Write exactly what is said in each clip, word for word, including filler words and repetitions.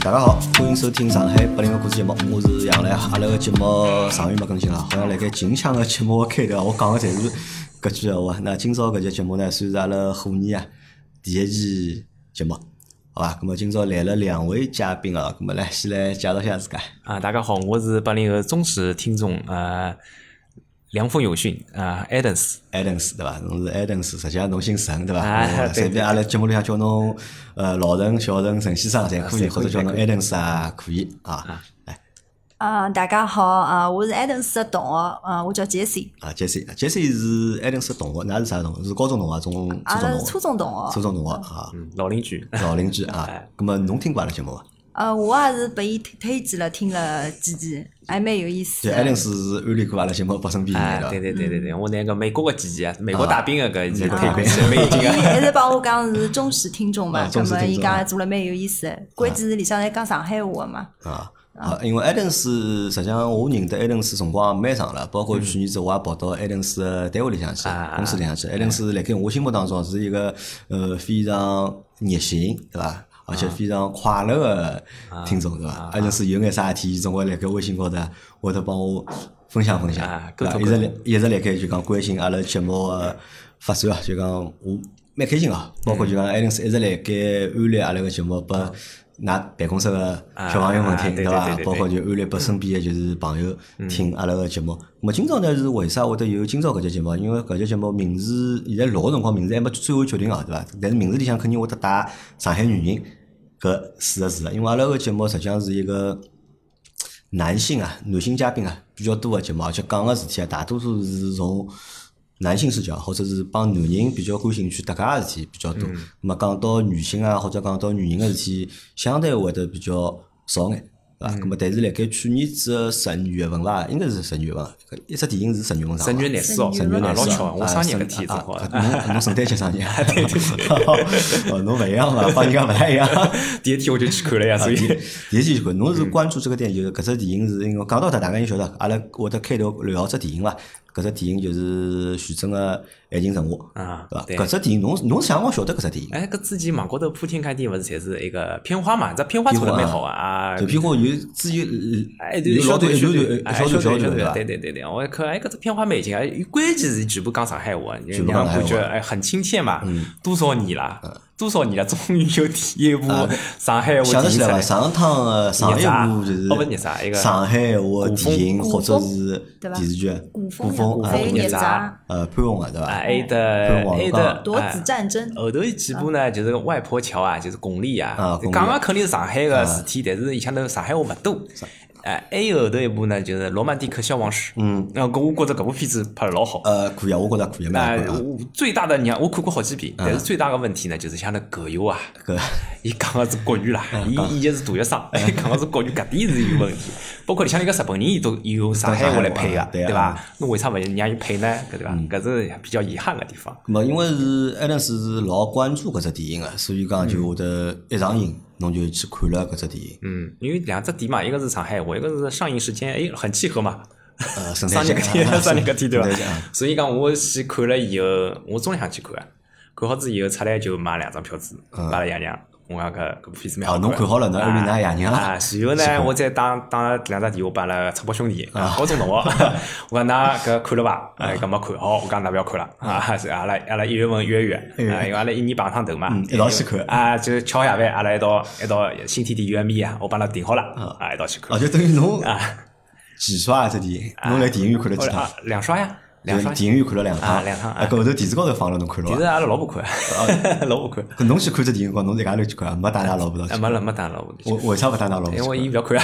大家好，欢迎收听上海八零后故事节目，我是杨澜。阿拉个节目上月没更新了，好像辣盖近腔个节目开头，我讲个侪是搿句闲话。那今朝搿节节目呢，算是阿拉虎年啊第一期节目，好吧？咁么今朝来了两位嘉宾啊，咁么来先来介绍一下自家。 啊，大家好，我是八零后忠实听众啊。凉风有讯啊 ，Adams，Adams 对伐？侬是 Adams，实际上侬姓陈对伐？ 啊， 随便阿拉节目里向叫侬呃老陈、小陈、陈先生侪可以，或者叫侬 Adams 啊可以啊。来， 啊，大家好啊，我是 Adams 的同学啊，我叫 Jessie。 啊 ，Jessie，Jessie 是 Adams 的同学，㑚是啥同学？是高中同学，中初中同学？ 初中同学。 初中同学啊， 老邻居。 老邻居啊，咁么侬听过阿拉节目伐？ 呃，我也是被伊推推荐了，听了几集，还蛮有意思的。 对 ，Adams 是安利过阿拉节目拨身边人的。对对对对对，我那个美国个几集啊，美国大兵个搿集推过去，美军个。 还是帮我讲是忠实听众嘛，咁么伊讲做了蛮有意思的，关键是里向在讲上海话嘛。 啊啊，因为 Adams 实际上我认得 Adams 辰光蛮长了，包括去年子我也跑到 Adams 的单位里向去，公司里向去。Adams 辣盖我心目当中是一个呃非常热心，对伐？而且非常快乐个听众，对伐？而且是有眼啥事体，总归辣盖微信高头会得帮我分享分享，对伐？一直一直辣盖就讲关心阿拉节目个发展啊，就讲我蛮开心个。包括就讲 Adams 一直辣盖安利阿拉个节目拨㑚办公室个小朋友们听，对伐？包括就安利拨身边个就是朋友听阿拉个节目。咁么今朝呢是为啥会得有今朝搿节节目？因为搿节节目名字现在录个辰光名字还没最后决定哦，对伐？但是名字里向肯定会得带上海女人搿四个字的，因为阿拉个节目实际上是一个男性啊、男性嘉宾啊比较多个节目，而且讲个事体啊，大多数是从男性视角，或者是帮男人比较感兴趣、搭界个事体比较多。咁么讲到女性啊，或者讲到女人个事体，相对会得比较少眼，对伐？咁么但是辣盖去年子十二月份伐，应该是十二月份，一只电影是十二月份上。 十月廿四号， 十月廿四号， 我生日搿天正好。 侬侬圣诞节生日？对对对。哦，侬勿一样嘛，帮人家勿太一样。 第一天我就去看了呀，所以第一天去看。侬是关注这个电影，就是搿只电影是因为讲到它，大家应晓得，阿拉会得开头聊只电影伐？搿只电影就是徐峥个《爱情神话》啊，对伐？搿只电影侬侬啥辰光晓得搿只电影？ 哎，搿之前网高头铺天盖地勿是侪是一个片花嘛？这片花做得蛮好啊。 这片花有只有哎对，小段小段小段小段对对对对，我看哎搿只片花蛮劲啊，关键是全部讲上海话，让感觉哎很亲切嘛。多少年了？多少年了？终于有第一部上海话想得起来伐？上趟个上一部就是哦，勿是啥一个上海话电影或者是电视剧， 古古风还有孽债， 呃，潘虹个对伐？ 还有的还有的夺子战争。 后头几部呢，就是外婆桥啊，就是巩俐啊，讲个肯定是上海个事体，但是里向头上海话勿多。哎，还有后头一部呢，就是《罗曼蒂克消亡史》。嗯，然后我觉着搿部片子拍得老好。 呃，可以啊，我觉着可以。 哎，最大的你看，我看过好几遍，但是最大的问题呢，就是像那葛优啊，伊讲个是国语啦，伊以前是大学生，讲个是国语，搿点是有问题。包括你像那个日本人，伊都用上海话来配个，对伐？侬为啥勿让伊配呢？搿对伐？搿是比较遗憾个地方。 咾，因为是艾伦斯是老关注搿只电影个，所以讲就会得一上映。侬就去看了搿只电影， 嗯，因为两只点嘛，一个是上海话，一个是上映时间，哎，很契合嘛。 呃，圣诞节搿天，圣诞搿天对伐？所以讲我去看了以后，我中想去看，看好之以后出来就买两张票子，买了爷娘。我讲搿搿部片子蛮好看。 哦，侬看好了，侬安利㑚爷娘啊。随后呢，我再打打两只电话拨了赤膊兄弟，高中同学，我讲㑚搿看了伐？哎，搿没看好，我讲㑚勿要看了啊！阿拉阿拉一月份约约，啊，因为阿拉一年碰趟头嘛， 一道去看啊，就吃好夜饭，阿拉一道一道新天地 U M E 啊，我帮㑚订好了啊，一道去看。 哦，就等于侬啊，几刷这电影？侬来电影院看了几趟？ 两刷呀。两趟， 电影院看了两趟， 两趟。 啊，搿后头电视高头放了，侬看了伐？ 电视阿拉老婆看，老婆看。 搿侬去看只电影，光侬自家头去看，没带㑚老婆到去？ 没了，没带老婆。 为为啥勿带㑚老婆？ 因为伊勿要看啊。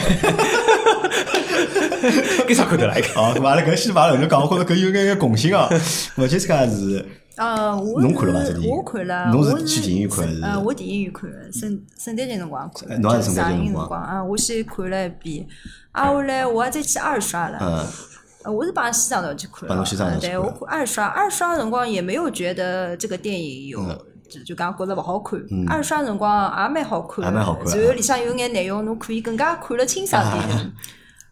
搿啥看得来？ 哦，阿拉搿先把后头讲，我觉着搿有眼眼共性哦。我这次讲是， 呃，我侬看了伐？这电影？ 我看了。 侬是去电影院看还是？ 呃，我电影院看的，圣圣诞节辰光看。 侬也是圣诞节辰光啊！我先看了一遍，啊，后来我还再去二刷了。嗯。我是帮西藏头去看了， 对，我二刷二刷的辰光也没有觉得这个电影有，就就讲觉得勿好看。二刷辰光也蛮好看， 也蛮好看。 然后里向有眼内容，侬可以更加看了清爽点。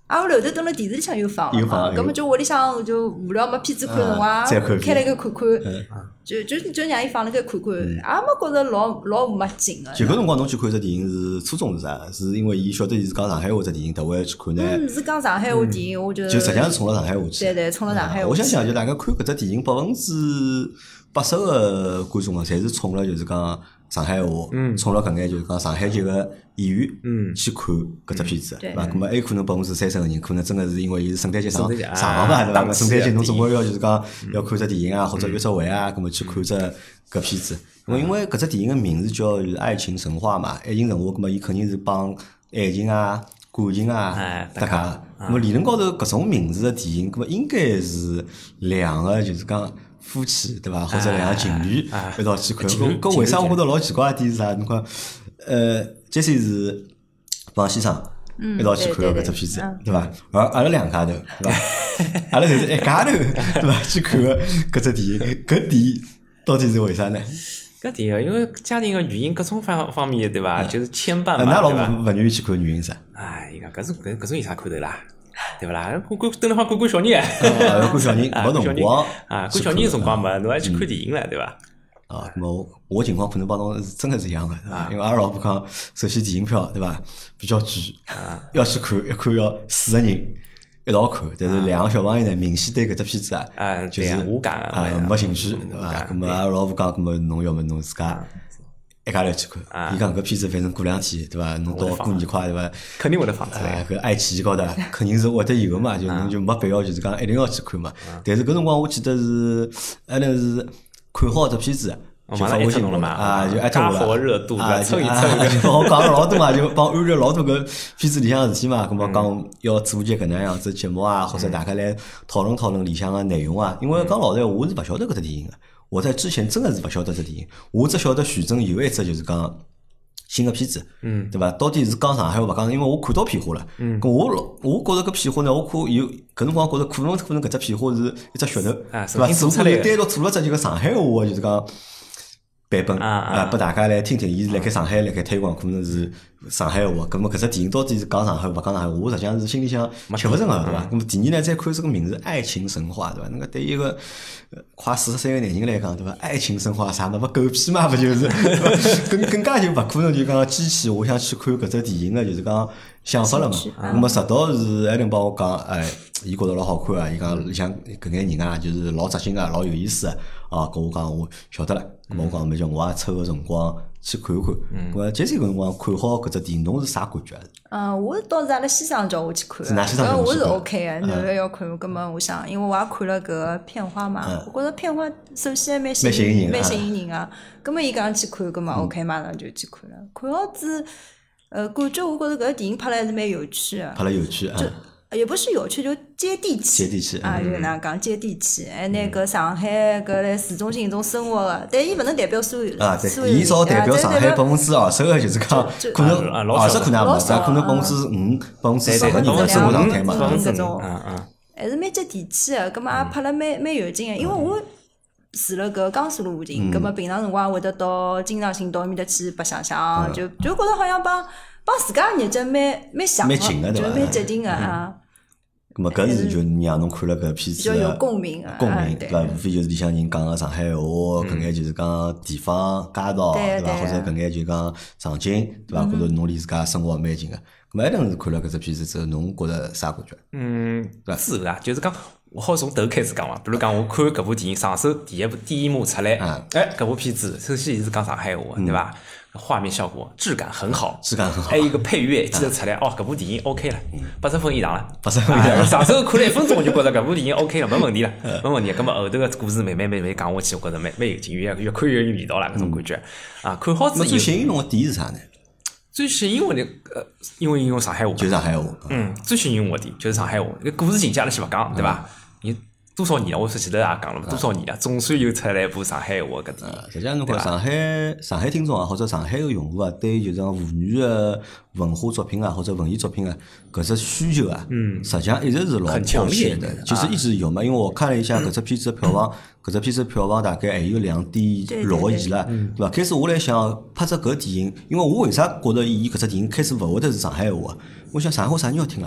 啊，我后头蹲辣电视里向又放了嘛，葛末就屋里向就无聊没片子看辰光，开了个看看，就就就让伊放辣盖看看，也没觉着老老没劲个。 就搿辰光侬去看只电影是初衷是啥？是因为伊晓得伊是讲上海话只电影，特为去看呢？ 嗯，是讲上海话电影，我就就实际上是冲了上海话去。 对对，冲了上海话。 我相信就大家看搿只电影，百分之八十个观众啊，侪是冲了就是讲上海话，冲了搿眼就是讲上海籍个演员去看搿只片子，对伐？咾么还有可能百分之三十个人，可能真个是因为伊是圣诞节上上嘛，对伐？圣诞节侬总归要就是讲要看只电影啊，或者约只会啊，咾么去看只搿片子。因为因为搿只电影个名字叫就是爱情神话嘛，爱情神话，咾么伊肯定是帮爱情啊、感情啊搭界。咾么理论高头搿种名字个电影，咾么应该是两个就是讲夫妻对伐，或者两个情侣一道去看。搿为啥我觉得老奇怪一点是啥？侬看，呃，杰西是帮先生一道去看搿只片子，对伐？而阿拉两家头，对伐？阿拉就是一家头，对伐？去看搿只电影，搿电影到底是为啥呢？ 搿电影因为家庭个原因各种方方面，对伐？就是牵绊嘛。 那老婆勿愿意去看原因啥？ 哎，伊讲搿种搿搿种有啥看头啦？对勿啦？管管等了方管管小人， 管小人没辰光啊，管小人辰光嘛，侬还去看电影了，对伐？ 啊，那么我情况可能帮侬真的是一样的，对伐？因为阿拉老婆讲，首先电影票对伐比较贵，要去看一看要四个人一道看，但是两个小朋友呢，明显对搿只片子啊，就是无感啊，没兴趣，对伐？那么阿拉老婆讲，那么侬要么侬自家一家头去看，伊讲搿片子反正过两天对伐？侬到过年快对伐？ 肯定会得放出来。 搿爱奇艺高头肯定是会得有个嘛，就侬就没必要就是讲一定要去看嘛。但是搿辰光我记得是阿拉是看好只片子，就发微信了嘛，啊就艾特我了， 火热度啊，蹭一蹭。 我讲了老多嘛，就帮安排老多搿片子里向事体嘛，咁么讲要组织搿能样子节目啊，或者大家来讨论讨论里向个内容啊。因为讲老实闲话，我是勿晓得搿只电影个。我在之前真的是勿晓得这电影，我只晓得徐峥有一只就是讲新的片子，嗯，对伐？到底是讲上海话勿讲？因为我看到片花了，嗯，咁我我觉着搿片花呢，我看有搿辰光觉着可能可能搿只片花是一只噱头， 啊， 对伐？只不过单独做了只就个上海话就是讲版本啊啊，拨大家来听听，伊是辣盖上海辣盖推广，可能是上海话。咁么搿只电影到底是讲上海话勿讲上海话？我实际上是心里向吃勿准个，对伐？咁么第二呢，再看这个名字《爱情神话》，对伐？那个对一个快四十岁个男人来讲，对伐？爱情神话啥么勿狗屁嘛，勿就是？更更加就勿可能就讲激起我想去看搿只电影个，就是讲想法了嘛。咁么直到是艾伦帮我讲，哎，伊觉着老好看啊，伊讲里向搿眼人啊，就是老扎心啊，老有意思啊。啊，跟我讲我晓得了，咁我讲没叫我也抽个辰光去看看。咁啊，杰西搿辰光看好搿只电影，侬是啥感觉？ 嗯，我倒是阿拉先生叫我去看， 搿我是 OK 个，侬要看，搿么我想，因为我也看了搿片花嘛，我觉着片花首先蛮吸引，蛮吸引人啊。搿么伊讲去看，搿么 OK，马上就去看了。看好子，呃，感觉我觉着搿个电影拍了还是蛮有趣个， 拍了有趣啊。 也不是有趣，就接地气。 接地气啊，就那讲接地气，还拿搿上海搿辣市中心中生活个，但伊勿能代表所有。 啊，对，伊少代表上海百分之二十个，就是讲可能二十可能勿是，可能百分之五、百分之十个人的生活状态嘛。 搿种，还是蛮接地气个，葛末也拍了蛮蛮有劲个，因为我住辣搿江苏路附近，葛末平常辰光会得到经常性到埃面搭去白相相，就就觉着好像帮帮自家日脚蛮蛮像个，就蛮接近个啊。 咁么搿是就让侬看了搿片子， 比较有共鸣啊， 共鸣对伐？无非就是里向人讲个上海话，搿眼就是讲地方街道对伐？或者搿眼就讲场景对伐？觉着侬离自家生活蛮近个。咁艾伦是看了搿只片子之后，侬觉着啥感觉？ 嗯，是个啊，就是讲我好从头开始讲嘛。比如讲我看搿部电影上手第一部第一幕出来，哎，搿部片子首先是讲上海话，对伐？画面效果质感很好， 质感很好， 还有一个配乐记得出来，哦，搿部电影 OK 了，八十分以上了， 八十分以上。 上手看了一分钟，我就觉着搿部电影 OK 了，没问题了，没问题。咁么后头个故事慢慢慢慢讲下去，我觉着蛮蛮有劲，越越看越有味道了，搿种感觉啊。看好之后， 最吸引侬个点是啥呢？ 最吸引我的呃，因为用上海话， 就上海话。 嗯，最吸引我的就是上海话，搿故事情节阿拉先勿讲，对伐？你。多少年了？我说前头也讲了嘛，多少年了？总算又出来一部上海话搿电影。 实际上，侬看上海上海听众啊，或者上海个用户啊，对就是讲沪语个文化作品啊，或者文艺作品啊，搿只需求啊，嗯，实际上一直是老迫切的，就是一直有嘛。因为我看了一下搿只片子的票房，搿只片子票房大概还有两点六个亿了，对伐？开始我来想拍只搿电影，因为我为啥觉着伊搿只电影开始勿会得是上海话？我想上海话啥人要听啊？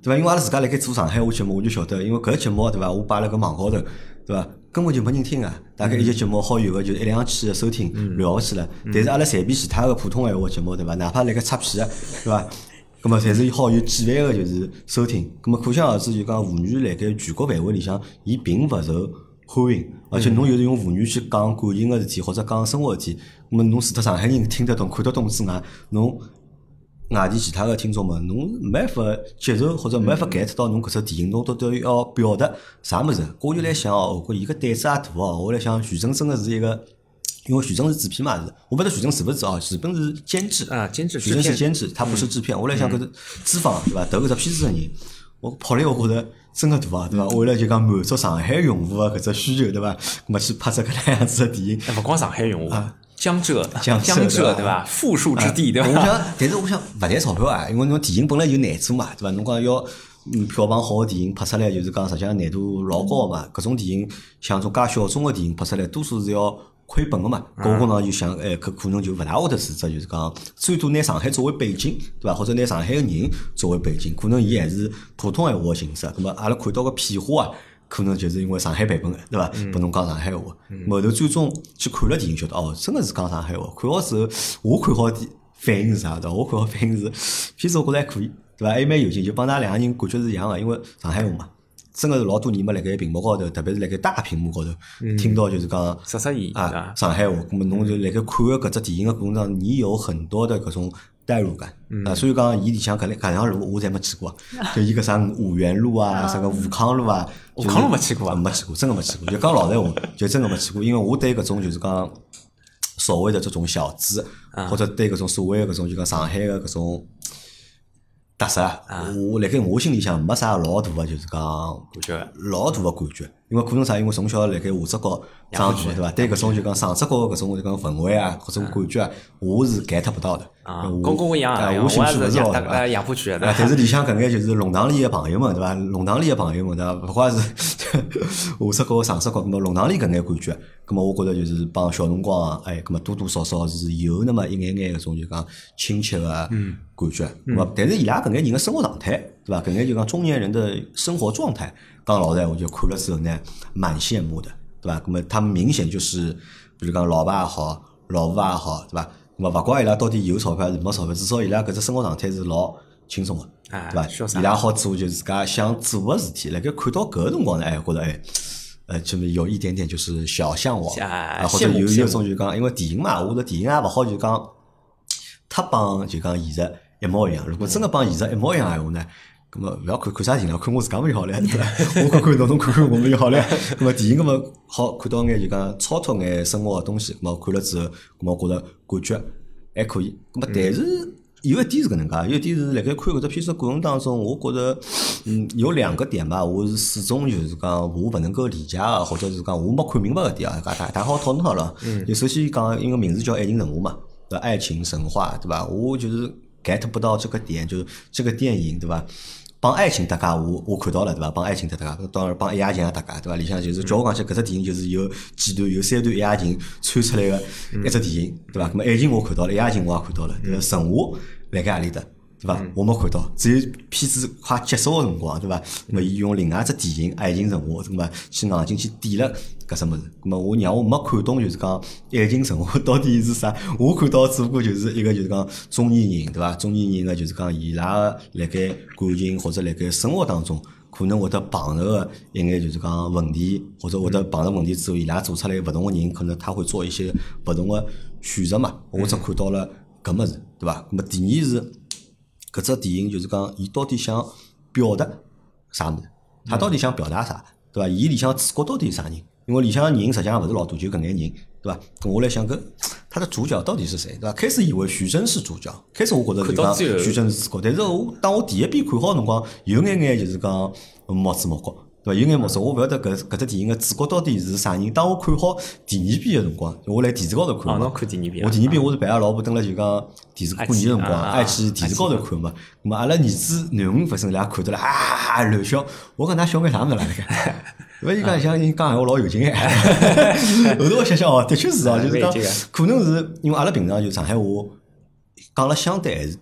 对伐？因为阿拉自家辣盖做上海话节目，我就晓得，因为搿个节目对伐，我摆辣搿网高头，对伐？根本就没人听啊！大概一节节目好有个就是一两千个收听，了不起了。但是阿拉随便其他个普通闲话节目，对伐？哪怕辣盖擦皮个，对伐？咁么侪是好有几万个就是收听，咁么可想而知，就讲妇女辣盖全国范围里向，伊并勿受欢迎，而且侬又是用妇女去讲感情个事体或者讲生活事体，咁么侬除脱上海人听得懂、看得懂之外，侬外地其他个听众们，侬没法接受或者没法 get 到侬搿只电影侬到底要表达啥物事。我就来想哦，搿伊个胆子也大哦，我来想徐峥真个是一个。因为徐峥是制片嘛，是我不知道徐峥是不是啊？徐峥是监制啊，监制， 徐峥是监制，他不是制片。我来想搿是资方对伐？投搿只片子个人，我魄力我觉着真个大啊，对伐？为了就讲满足上海用户个搿只需求，对伐？咾么去拍只搿能样子个电影， 勿光上海用户，江浙、 江浙对伐？富庶之地对伐？ 我想，但是我想勿赚钞票啊，因为侬电影本来就难做嘛，对伐？侬讲要嗯票房好个电影拍出来，就是讲实际上难度老高嘛。搿种电影像种介小众个电影拍出来，多数是要亏本个嘛，搿我讲呢就想，哎，搿可能就勿大会得是只就是讲，最多拿上海作为背景，对伐？或者拿上海个人作为背景，可能伊还是普通闲话个形式。咁么阿拉看到个片花啊，可能就是因为上海版本个，对伐？拨侬讲上海话，后头最终去看了电影，晓得哦，真个是讲上海话。看好之后，我看好的反应是啥？对伐？我看好反应是，片子我觉着还可以，对伐？还蛮有劲，就帮㑚两个人感觉是一样个，因为上海话嘛。真个是老多年没辣盖屏幕高头，特别是辣盖大屏幕高头，嗯、听到就是讲啥啥意啊上海话，咁么侬就辣盖看个搿只电影个过程中，你有很多的搿种代入感、嗯、啊，所以讲伊里向搿搿条路我侪没去过，就伊搿啥五原路啊，啥个武康路啊， 武康路没去过啊， 没去过，真个没去过，就讲老实话，就真个没去过，因为我对搿种就是讲所谓的这种小资，啊、或者对搿种所谓的搿种就讲上海个搿种。特色啊！我辣盖我心里向没啥老大个，就是讲感觉老大个感觉，因为可能啥？因为从小辣盖下只角长大，对伐？对搿种就讲上只角搿种就讲氛围啊，搿种感觉啊，我是 get 不到的。 啊，跟跟我一样， 我兴趣勿是老大。 杨浦区的， 但是里向搿眼就是弄堂里个朋友们，对伐？弄堂里个朋友们，对伐？勿怪是下只角上只角，搿么弄堂里搿眼感觉，搿么我觉着就是帮小辰光，哎，搿么多多少少是有那么一眼眼搿种就讲亲切个感觉。咾么，但是伊拉搿眼人个生活状态，对伐？搿眼就讲中年人的生活状态，讲老实闲话，就看了之后呢，蛮羡慕的，对伐？咾么，他们明显就是，比如讲老爸也好，老婆也好，对伐？咾么，勿怪伊拉到底有钞票还是没钞票，至少伊拉搿只生活状态是老轻松个，对伐？伊拉好做就自家想做个事体。辣盖看到搿个辰光呢，哎，觉着哎，呃，就是有一点点就是小向往啊，或者有有种就讲，因为电影嘛，我觉着电影也勿好就讲，它帮就讲现实一模一样。如果真个帮现实一模一样闲话呢？咁么勿要看看啥电影，看我自家勿就好了，对伐？我看看侬，侬看看我们就好了。咁么电影咁么好看到眼就讲超脱眼生活个东西，咁么看了之后，咁么我觉着感觉还可以。咁么但是有一点是搿能介，有一点是辣盖看搿只片子过程当中，我觉着嗯有两个点吧，我是始终就是讲我勿能够理解个，或者是讲我没看明白个点啊，大大好讨论好了。嗯。就首先讲，因为名字叫《爱情神话》嘛，对吧？爱情神话，对吧？我就是 get 不到这个点，就是这个电影，对吧？帮爱情搭界，我我看到了，对伐？帮爱情搭界，当然帮一夜情也搭界，对伐？里向就是叫我讲起搿只电影就是有几段有三段一夜情穿出来个一只电影，对伐？咁么爱情我看到了，一夜情我也看到了，呃，神话辣盖何里搭，对伐？我没看到，只有片子快结束个辰光，对伐？咁么伊用另外一只电影《爱情神话》，咁么去硬进去点了搿只物事，咁么我让我没看懂，就是讲爱情神话到底是啥？我看到只不过就是一个就是讲中年人，对伐？中年人个就是讲伊拉个辣盖感情或者辣盖生活当中可能会得碰着个一眼就是讲问题，或者会得碰着问题之后，伊拉做出来勿同个人，可能他会做一些勿同个选择嘛。我只看到了搿物事，对伐？咁么第二是搿只电影就是讲伊到底想表达啥物事？他到底想表达啥？对伐？伊里向主角到底是啥人？因为里向人实际上勿是老多，就搿眼人，对伐？咁我来想搿他的主角到底是谁，对伐？开始以为徐峥是主角，开始我觉着就讲徐峥是主角，但是我当我第一遍看好辰光，有眼眼就是讲毛子毛角，对伐？有眼毛子，我勿晓得搿搿只电影个主角到底是啥人。当我看好第二遍个辰光，我来电视高头看嘛， 哦，看第二遍， 我第二遍我是陪阿拉老婆蹲辣就讲电视过年个辰光，爱去电视高头看嘛。咁么阿拉儿子囡恩反正伊拉看到了啊乱笑，我讲㑚笑眼啥物事啦？搿个。勿伊讲像伊讲闲话老有劲哎，后头我想想哦，的确是哦，就是讲可能是因为阿拉平常就上海话讲了相对还是多，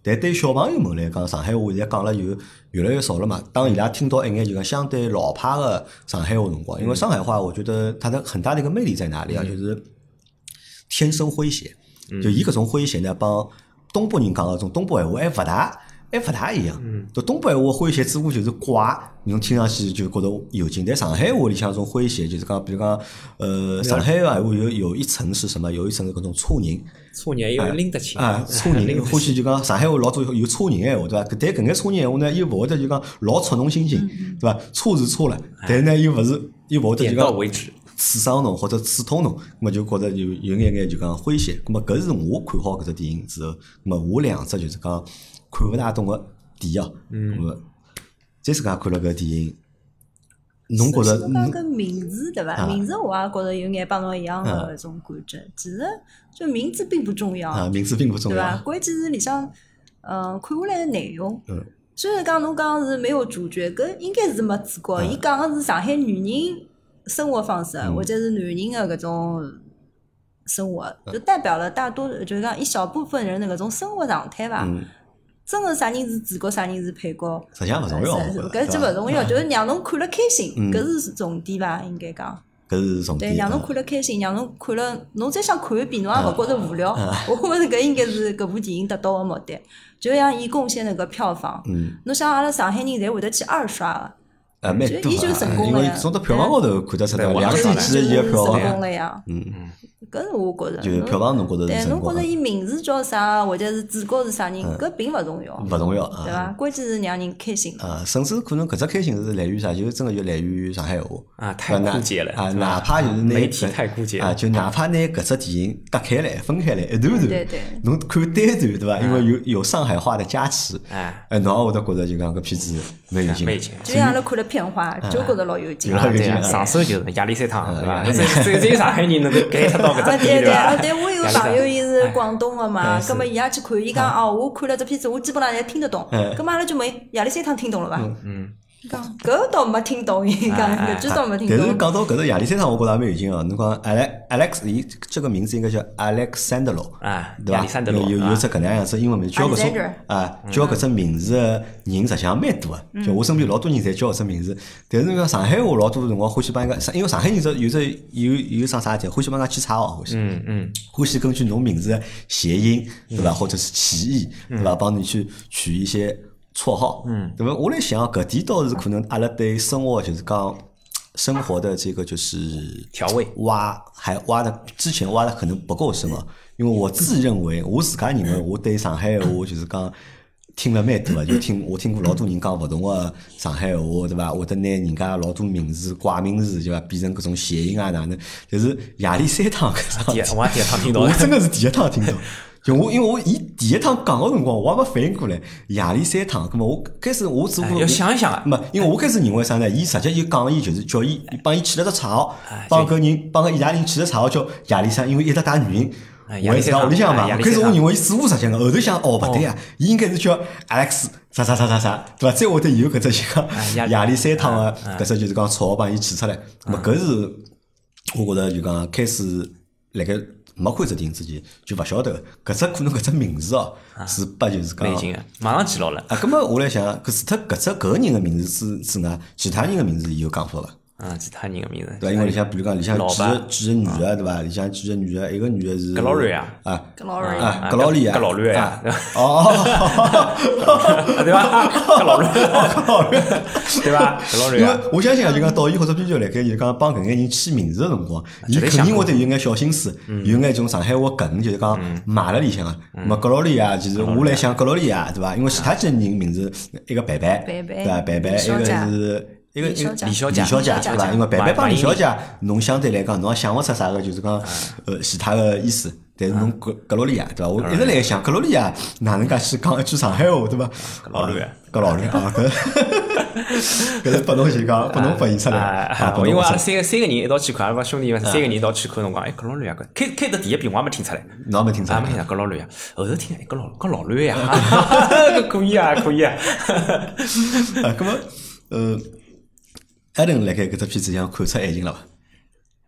但对小朋友们来讲，上海话现在讲了就越来越少了嘛。当伊拉听到一眼就讲相对老派的上海话辰光，因为上海话我觉得它的很大的一个魅力在哪里啊？就是天生诙谐，就伊搿种诙谐呢，帮东北人讲的种东北闲话还勿大。还勿大一样，就东北话诙谐只不过就是怪，侬听上去就觉得有劲。但上海话里向种诙谐，就是讲，比如讲，呃，上海话有有一层是什么？有一层是搿种粗人， 粗人又拎得清啊，粗人欢喜就讲上海话老多有粗人闲话，对伐？但搿眼粗人闲话呢，又勿会得就讲老戳侬心情，对伐？粗是粗了，但是呢又勿是又勿会得就讲刺伤侬或者刺痛侬，咁么就觉得有有眼眼就讲诙谐。咁么搿是我看好搿只电影之后，咁么我两只就是讲。看勿大懂个点哦，嗯，再自家看了搿电影，侬觉着？ 侬讲搿名字对伐？名字我也觉着有眼帮侬一样个搿种感觉。其实就名字并不重要啊，名字并不重要， 对伐？关键是里向，嗯，看下来的内容。嗯，虽然讲侬讲是没有主角，搿应该是没主角。伊讲个是上海女人生活方式，或者是男人的搿种生活，就代表了大多就是讲一小部分人的搿种生活状态伐。真个啥人是主角，啥人是配角， 实际上勿重要， 搿就勿重要，就是让侬看了开心，搿是重点伐？应该讲， 搿是重点。 对，让侬看了开心，让侬看了，侬再想看一遍，侬也勿觉着无聊。我觉着搿应该是搿部电影达到个目的，就像伊贡献的搿票房，侬想阿拉上海人侪会得去二刷个。 呃，蛮多啊， 因为从这票房高头看得出来，两千几个亿的票房，成功了呀。嗯嗯，搿是我觉着。 就票房侬觉着是成功。 但侬觉着伊名字叫啥，或者是主角是啥人，搿并勿重要。 勿重要， 对伐？关键是让人开心。 啊，甚至可能搿只开心是来源啥？就真个就来源上海话。 啊，太枯竭了。 啊，哪怕就是拿媒体太枯竭啊，就哪怕拿搿只电影隔开来、分开来一段段， 对对， 侬看单段对伐？因为有有上海话的加持，哎，侬也会得觉着就讲搿片子蛮有劲。 就像阿拉看了片花，就觉着老有劲。 对啊，上手就是亚历山大，对伐？只有只有上海人能够 get 到搿只点，对伐？ 对，我有朋友伊是广东个嘛，葛末伊也去看，伊讲哦，我看了这片子，我基本上侪听得懂。葛末阿拉就问亚历山大听懂了伐？嗯。讲搿倒没听懂，伊讲搿句倒没听懂。 但是讲到搿个亚历山大，我觉着也蛮有劲哦。侬讲 Alex， 伊这个名字应该叫 Alexandro， 啊，对伐？有有有只搿能样子英文名，叫搿种啊，叫搿只名字个人实际上蛮多个。就我身边老多人侪叫搿只名字，但是讲上海话老多辰光欢喜帮一个，因为上海人只有只有有桩啥事体，欢喜帮人家去查哦，欢喜，嗯嗯，欢喜根据侬名字个谐音，对伐？或者是歧义，对伐？帮你去取一些。绰号，嗯，对伐？我来想，搿点倒是可能阿拉对生活就是讲生活的这个就是调味挖还挖的之前挖的可能不够深啊，因为我自认为我自家认为我对上海话就是讲听了蛮多啊，就听我听过老多人讲勿同个上海话，对伐？或者拿人家老多名字怪名字对伐？变成搿种谐音啊哪能？就是亚历山大搿第我第一趟听到， 我真的是第一趟听到。就我因为我伊第一趟讲个辰光，我也没反应过来亚历山大，咁么我开始我只不过要想一想啊， 没，因为我开始认为啥呢？伊直接就讲伊就是叫伊帮伊起了只绰号，帮搿人帮个意大利人起了绰号叫亚历山，因为一直带女人。我也是屋里向嘛，开始我认为伊似乎实际个，后头想哦勿对啊，伊应该是叫 Alex 啥啥啥啥啥，对伐？再会得有搿只就讲亚历山大个搿只就是讲绰号帮伊起出来，咁么搿是我觉着就讲开始辣盖。没看这电影之前就勿晓得搿只可能搿只名字哦是拨就是讲， 马上记牢了。 啊，葛末我来想，搿除脱搿只搿个人个名字之之外，其他人个名字伊有讲法伐？ 啊，其他人个名字， 对，因为里向比如讲里向几个几个女个对伐？里向几个女个，一个女个是 Gloria 啊 ，Gloria 啊 ，Gloria 格老瑞啊， 哦， 对吧？格老瑞， 格老瑞， 对吧？格老瑞。 因为我相信啊，就讲导演或者编剧辣盖就讲帮搿眼人起名字个辰光，伊肯定会得有眼小心思，有眼种上海话梗，就是讲埋辣里向个。么格老里啊，其实我来想格老里啊，对伐？因为其他几个人名字，一个白白，对伐？白白，一个是。一个一个李小姐，李小姐对伐？因为白白帮李小姐，侬相对来讲，侬也想勿出啥个，就是讲呃其他个意思。但是侬格格罗利亚对伐？我一直辣想格罗利亚哪能介去讲一句上海话对伐？ 格老瑞， 格老瑞啊，搿搿是拨侬就讲拨侬发现出来。 因为阿拉三个三个人一道去看，阿拉兄弟们三个人一道去看辰光，哎，格老瑞啊，开开的第一遍我也没听出来， 侬也没听出来， 没听出来格老瑞啊，后头听哎格老格老瑞啊，搿可以啊，可以啊。 啊，搿么呃。艾伦辣盖搿只片子上看出爱情了伐？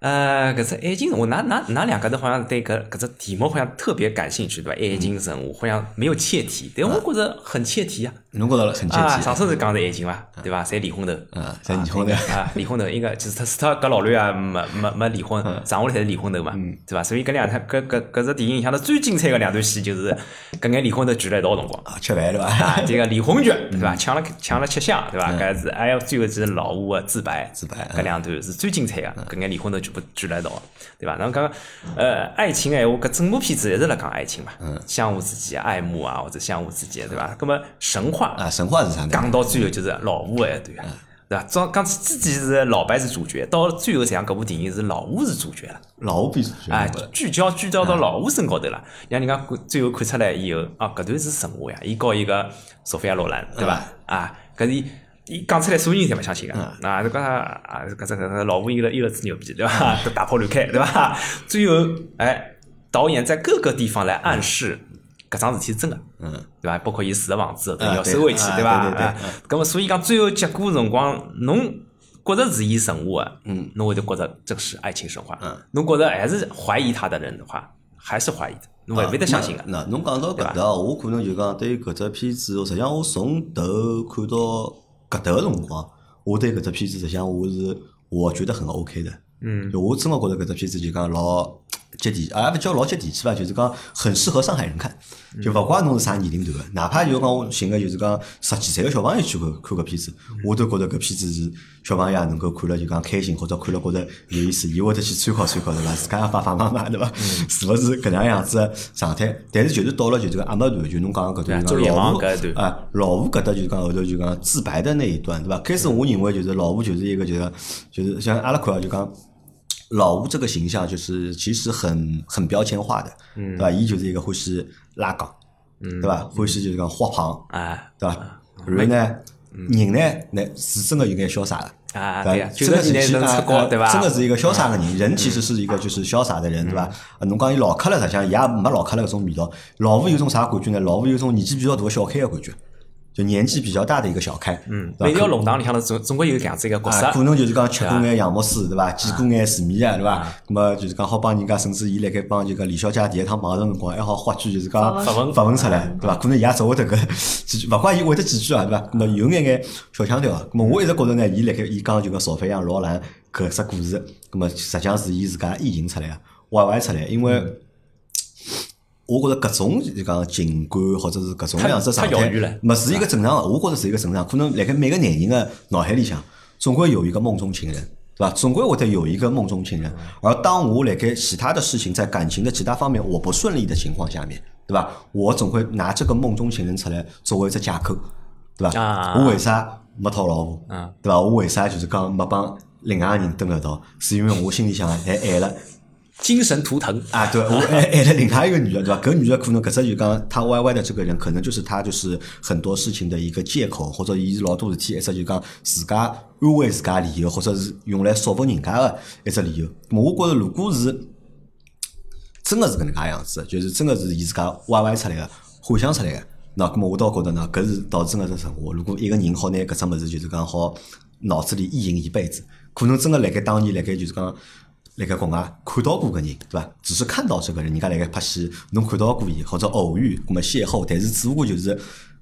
呃，搿只爱情人物，㑚㑚㑚两个人好像对搿搿只题目好像特别感兴趣，对吧？爱情人物好像没有切题，但我觉着很切题啊。 侬觉着很切题？ 啊，上次是讲是爱情伐，对伐？侪离婚头， 啊，侪离婚头啊，离婚头应该就是他是他搿老卵啊，没没没离婚，上下来才是离婚头嘛，对伐？所以搿两趟搿搿搿只电影里向头最精彩个两段戏就是搿眼离婚头聚辣一道辰光啊，吃饭对伐？ 啊，这个离婚局对伐？抢了抢了吃香对伐？搿是还有最后就是老吴个自白， 自白搿两段是最精彩个，搿眼离婚头全部聚辣一道，对伐？然后讲呃爱情闲话，搿整部片子一直辣讲爱情嘛，相互之间爱慕啊，或者相互之间对伐？搿么神话啊，神话是啥？ 讲到最后就是老吴个一段，对伐？刚刚之前是老白是主角，到最后实际上搿部电影是老吴是主角了， 老吴变主角， 哎，聚焦聚焦到老吴身高头了，让人家最后看出来以后，啊，搿段是神话呀，伊告伊个索菲亚罗兰，对伐？啊，搿是伊讲出来，所有人侪勿相信个，啊，搿个啊，搿只搿个老吴伊个伊个吹牛逼，对伐？都打破乱开，对伐？最后，哎，导演在各个地方来暗示。搿桩事体是真个，嗯，对伐？包括伊死了房子后头要收回去，对伐？啊，咁么所以讲最后结果辰光，侬觉着是伊神话啊，嗯，侬会得觉着这是爱情神话，嗯，侬觉着还是怀疑他的人的话，还是怀疑的，侬勿会得相信个。 那侬讲到搿搭，我可能就讲对搿只片子，实际上我从头看到搿搭个辰光，我对搿只片子实际上我是我觉得很 OK 的，嗯，就我真个觉着搿只片子就讲老。接地啊，勿叫老接地气吧，就是讲很适合上海人看，就勿怪侬是啥年龄段个，哪怕就讲我寻个就是讲十几岁个小朋友去看看搿片子，我都觉着搿片子是小朋友能够看了就讲开心，或者看了觉着有意思，伊会得去参考参考对伐？自家也爸爸妈妈对伐？是勿是搿能样子个状态？但是就是到了就是个阿末段，就侬讲搿段就讲老吴啊，老吴搿搭就是讲后头就讲自白的那一段对伐？开始我认为就是老吴就是一个就是就是像阿拉看就讲。老吴这个形象就是其实很很标签化的，嗯、对吧？伊就是一个欢喜拉杠，嗯、对吧？欢喜就是讲花胖，啊，对吧？然后呢，嗯、人呢，那是真的有眼潇洒的， 啊， 对吧？真的是能出高，对吧？ 真的是一个潇洒的人，人其实是一个就是潇洒的人，对吧？侬讲伊老克了，实际上伊也没老克了搿种味道。老吴有种啥感觉呢？老吴有种年纪比较大的小开的感觉。就年纪比较大的一个小开， 嗯，每条弄堂里向头总总归有搿样子一个角色， 可能就是讲吃过眼洋木水，对伐？见过眼世面啊，对伐？那么就是讲好帮人家，甚至伊辣盖帮就讲李小姐第一趟碰着辰光，还好花句就是讲发文发文出来，对伐？可能伊也只会得搿几句，勿怪伊会得几句啊，对伐？那么有眼眼小腔调，那么我一直觉着呢，伊辣盖伊讲就讲索菲亚罗兰搿只故事，那么实际上是伊自家意淫出来个，Y Y出来，因为。我觉着搿种就讲情感或者是搿种样子状态，没是一个正常的。我觉着是一个正常，可能辣盖每个男人的脑海里向，总归有一个梦中情人，对吧？总归会得有一个梦中情人。而当我辣盖其他的事情，在感情的其他方面我不顺利的情况下面，对吧？我总会拿这个梦中情人出来作为一只借口，对吧？啊、我为啥没讨老婆？嗯、对吧？我为啥就是讲没帮另外人蹲一道？是因为我心里向还爱了。 精神图腾啊，对，我爱爱了另外一个女的，对吧？搿女的可能搿只就讲她歪歪的这个人，可能就是她就是很多事情的一个借口，或者伊老多事体一只就讲自家安慰自家理由，或者是用来说服人家的一只理由。咁我觉着如果是真的是搿能介样子，就是真的是伊自家歪歪出来的，幻想出来的，那咁么我倒觉得呢，搿是导致真的是神话。如果一个人好拿搿只物事就是讲好脑子里意淫一辈子，可能真的辣盖当年辣盖就是讲。辣盖国外看到过个人，对伐？只是看到这个人，人家辣盖拍戏，侬看到过伊或者偶遇，咁么邂逅，但是只不过就是，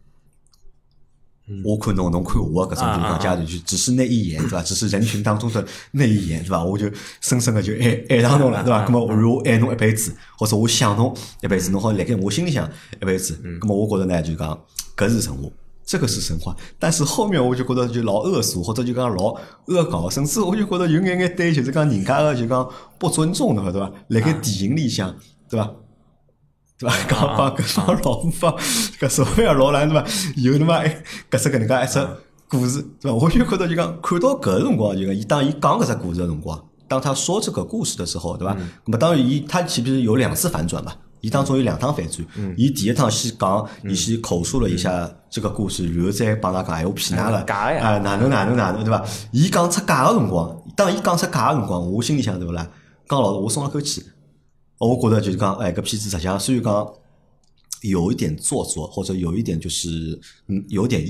我看侬，侬看我，搿种就讲阶段，就只是那一眼，对伐？只是人群当中的那一眼，对伐？我就深深的就爱爱上侬了，对伐？咁么我爱侬一辈子，或者我想侬一辈子，侬好辣盖我心里向一辈子，咁么我觉着呢，就讲搿是神话。这个是神话，但是后面我就觉得就老恶俗，或者就讲老恶搞，甚至我就觉得有眼眼对就是讲人家的就讲不尊重的，对吧？辣盖电影里向，对吧？对吧？讲帮搿帮老婆帮搿索菲亚罗兰，对吧？有那么搿只搿能介一只故事，对吧？我就觉得就讲看到搿辰光，就讲伊当伊讲搿只故事的辰光，当他说这个故事的时候，对吧？那么当然伊他其实有两次反转嘛。伊当中有两趟反转，伊、嗯、第一趟先讲，伊先口述了一下这个故事，然后再帮㑚讲，哎，我骗㑚了，啊，哪能哪能哪能，对伐？伊讲出假个辰光，当伊讲出假个辰光，我心里想对勿啦？讲老实，我松了口气。我觉得就是讲，哎，搿片子实际上虽然讲有一点做作，或者有一点就是嗯有点硬，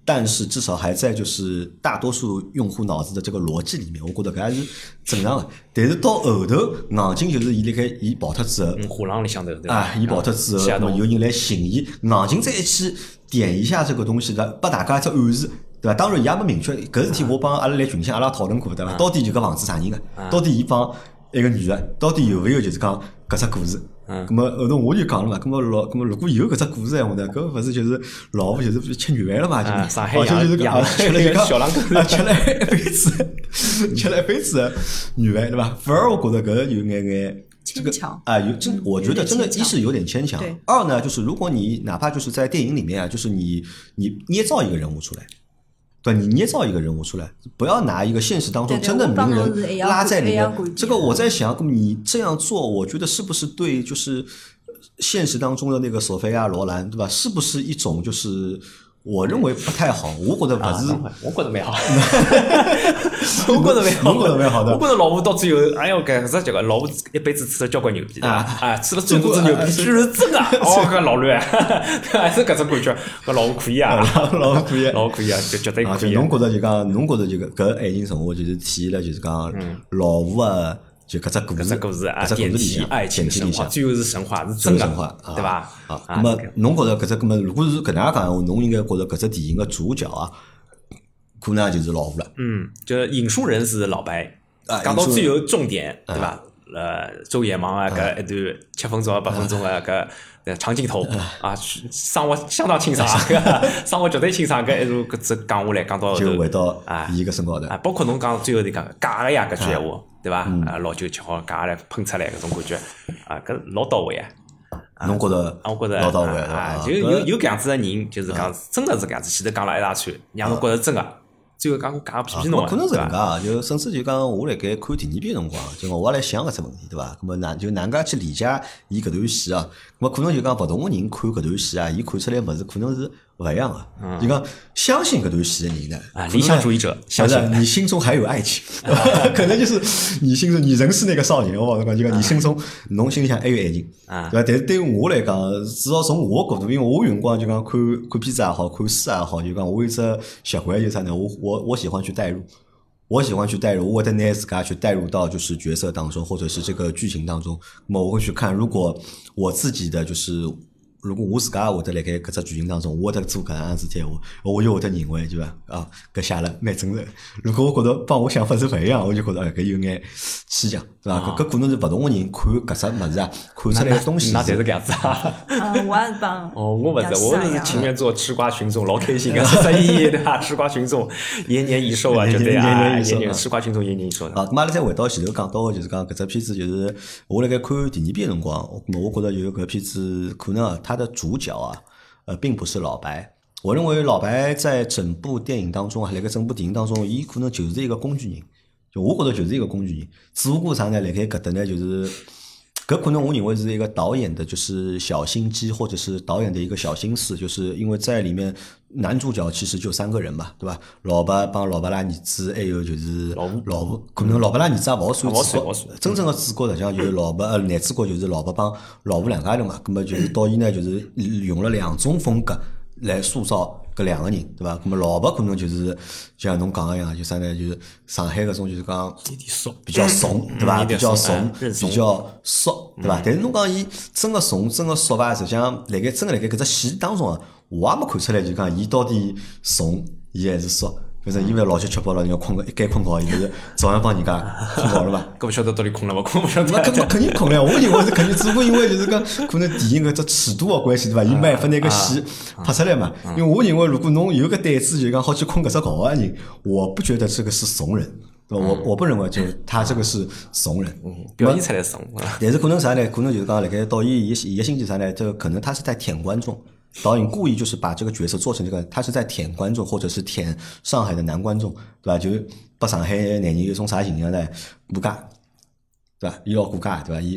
但是至少还在就是大多数用户脑子的这个逻辑里面，我觉得搿还是正常的。但是到后头硬劲就是伊辣盖伊跑脱之后， 嗯，虎狼里向头对吧？ 啊，伊跑脱之后，那么有人来寻伊，硬劲再去点一下这个东西的，拨大家一只暗示。对伐？当然，伊也没明确搿事体，我帮阿拉来群里阿拉讨论过，对伐？到底就搿房子啥人个？到底伊帮一个女个，到底有没有就是讲搿只故事？嗯，咁么后头我就讲了嘛，咁么老，咁么如果有搿只故事闲话呢，搿勿是就是老婆就是吃软饭了嘛？就上海养养吃了一个小狼狗， 吃了一辈子，吃了一辈子软饭，对伐？反而我觉得搿有眼眼。这个啊，有真，我觉得真的，一是有点牵强，二呢，就是如果你哪怕就是在电影里面啊，就是你你捏造一个人物出来。对，你捏造一个人物出来，不要拿一个现实当中真的名人拉在里面。这个我在想，你这样做，我觉得是不是对就是现实当中的那个索菲亚罗兰，对吧？是不是一种就是我认为不太好？我觉得不是， 啊、我觉得蛮好，我觉得蛮好， 我觉得蛮好的。 我觉得老吴到最后，哎哟，搿只这个老吴一辈子吹了交关牛逼的啊，啊，吹了最多只牛逼，居然是真的，哦，搿老乱，还是搿种感觉，搿老吴可以啊， 老吴可以， 老吴可以啊，就绝对可以。 侬觉得就讲，侬觉得就搿爱情生活就是体现了就是讲老吴啊。就搿只故事， 搿只故事啊， 点题爱情神话，最后是神话，是真的，对吧？ 啊，那么侬觉得搿只，那么如果是搿能样讲，侬应该觉得搿只电影的主角啊，可能就是老吴了。 嗯，就引述人是老白，讲到最后重点，对吧？呃，周野芒啊，搿一段七分钟啊、八分钟啊，搿长镜头啊，生活相当清爽，生活绝对清爽。搿一路搿只讲下来，讲到后头就回到啊伊个身高头啊，包括侬讲最后头讲假个呀搿句闲话。对吧？啊，老酒吃好，假来喷出来搿种感觉，啊，搿老到位啊！ 侬觉得？ 我觉得老到位啊，就有有搿样子的人，就是讲真的是搿样子，前头讲了一大串，让侬觉得真个，最后讲我假屁屁侬。 可能是搿能介，就甚至就讲我辣盖看第二遍辰光，就我也来想搿只问题，对伐？咾么哪就哪能介去理解伊搿段戏啊？咾么可能就讲勿同个人看搿段戏啊，伊看出来物事可能是勿一样个。就讲相信搿段戏的人呢， 啊，理想主义者，相信你心中还有爱情，可能就是你心中你仍是那个少年，我讲就讲你心中侬心里向还有爱情，对伐？但是对于我来讲，至少从我角度，因为我有辰光就讲看看片子也好，看书也好，就讲我有只习惯就是啥呢？我我我喜欢去代入。我喜欢去代入，我会拿自家去代入到就是角色当中，或者是这个剧情当中。那么我会去看，如果我自己的就是，如果我自家会得辣盖搿只剧情当中，我会得做搿样子体话，我就会得认为对伐？啊，搿写了蛮真实。如果我觉得帮我想法是勿一样，我就觉得哎搿有眼牵强，对伐？搿搿可能是勿同个人看搿只物事啊，看出来个东西。 那侪是搿样子啊？ 嗯，我也帮。 哦，我勿是，我是情愿做吃瓜群众，老开心个，十一对伐？吃瓜群众，延年益寿啊，就对啊，延年吃瓜群众延年益寿。 啊，咁阿拉再回到前头讲到个，就是讲搿只片子，就是我辣盖看第二遍辰光，咁我觉得就是搿片子可能啊，它的主角啊，呃，并不是老白。我认为老白在整部电影当中啊，辣盖整部电影当中，伊可能就是一个工具人。就我觉得就是一个工具人，只不过啥呢？辣盖搿搭呢，就是搿可能我认为是一个导演的，就是小心机，或者是导演的一个小心思，就是因为在里面男主角其实就三个人嘛，对吧？老白帮老白拉儿子，还有就是老吴， 老吴可能老白拉儿子也勿好算主角， 真正的主角实际上就是老白呃男主角就是老白帮老吴两家头嘛，咁么就是导演呢就是用了两种风格来塑造。搿两个人对伐？咁么老白可能就是像侬讲个样，就啥呢？就是上海搿种就是讲比较怂对伐？比较怂，比较俗对伐？但是侬讲伊真个怂，真个俗伐？实际上辣盖真个辣盖搿只戏当中啊，我也没看出来，就讲伊到底怂，伊还是俗。反正因为老去吃饱了，人家困个一该困觉，伊就是早上帮人家困觉了嘛。 搿勿晓得到底困了勿困，勿晓得。 那肯肯定困了，我认为是肯定，只不过因为就是讲可能电影搿只尺度个关系，对伐？伊没办法拿个戏拍出来嘛。因为我认为，如果侬有个胆子，就讲好去困搿只觉个人，我不觉得这个是怂人，对吧？我我不认为就他这个是怂人， 表现出来怂。 但是可能啥呢？可能就是讲辣盖导演伊伊个心机啥呢？这个可能他是在舔观众。导演故意就是把这个角色做成这个，他是在舔观众，或者是舔上海的男观众，对吧？就把上海男人有种啥形象呢？顾家，对吧？伊老顾家，对吧？伊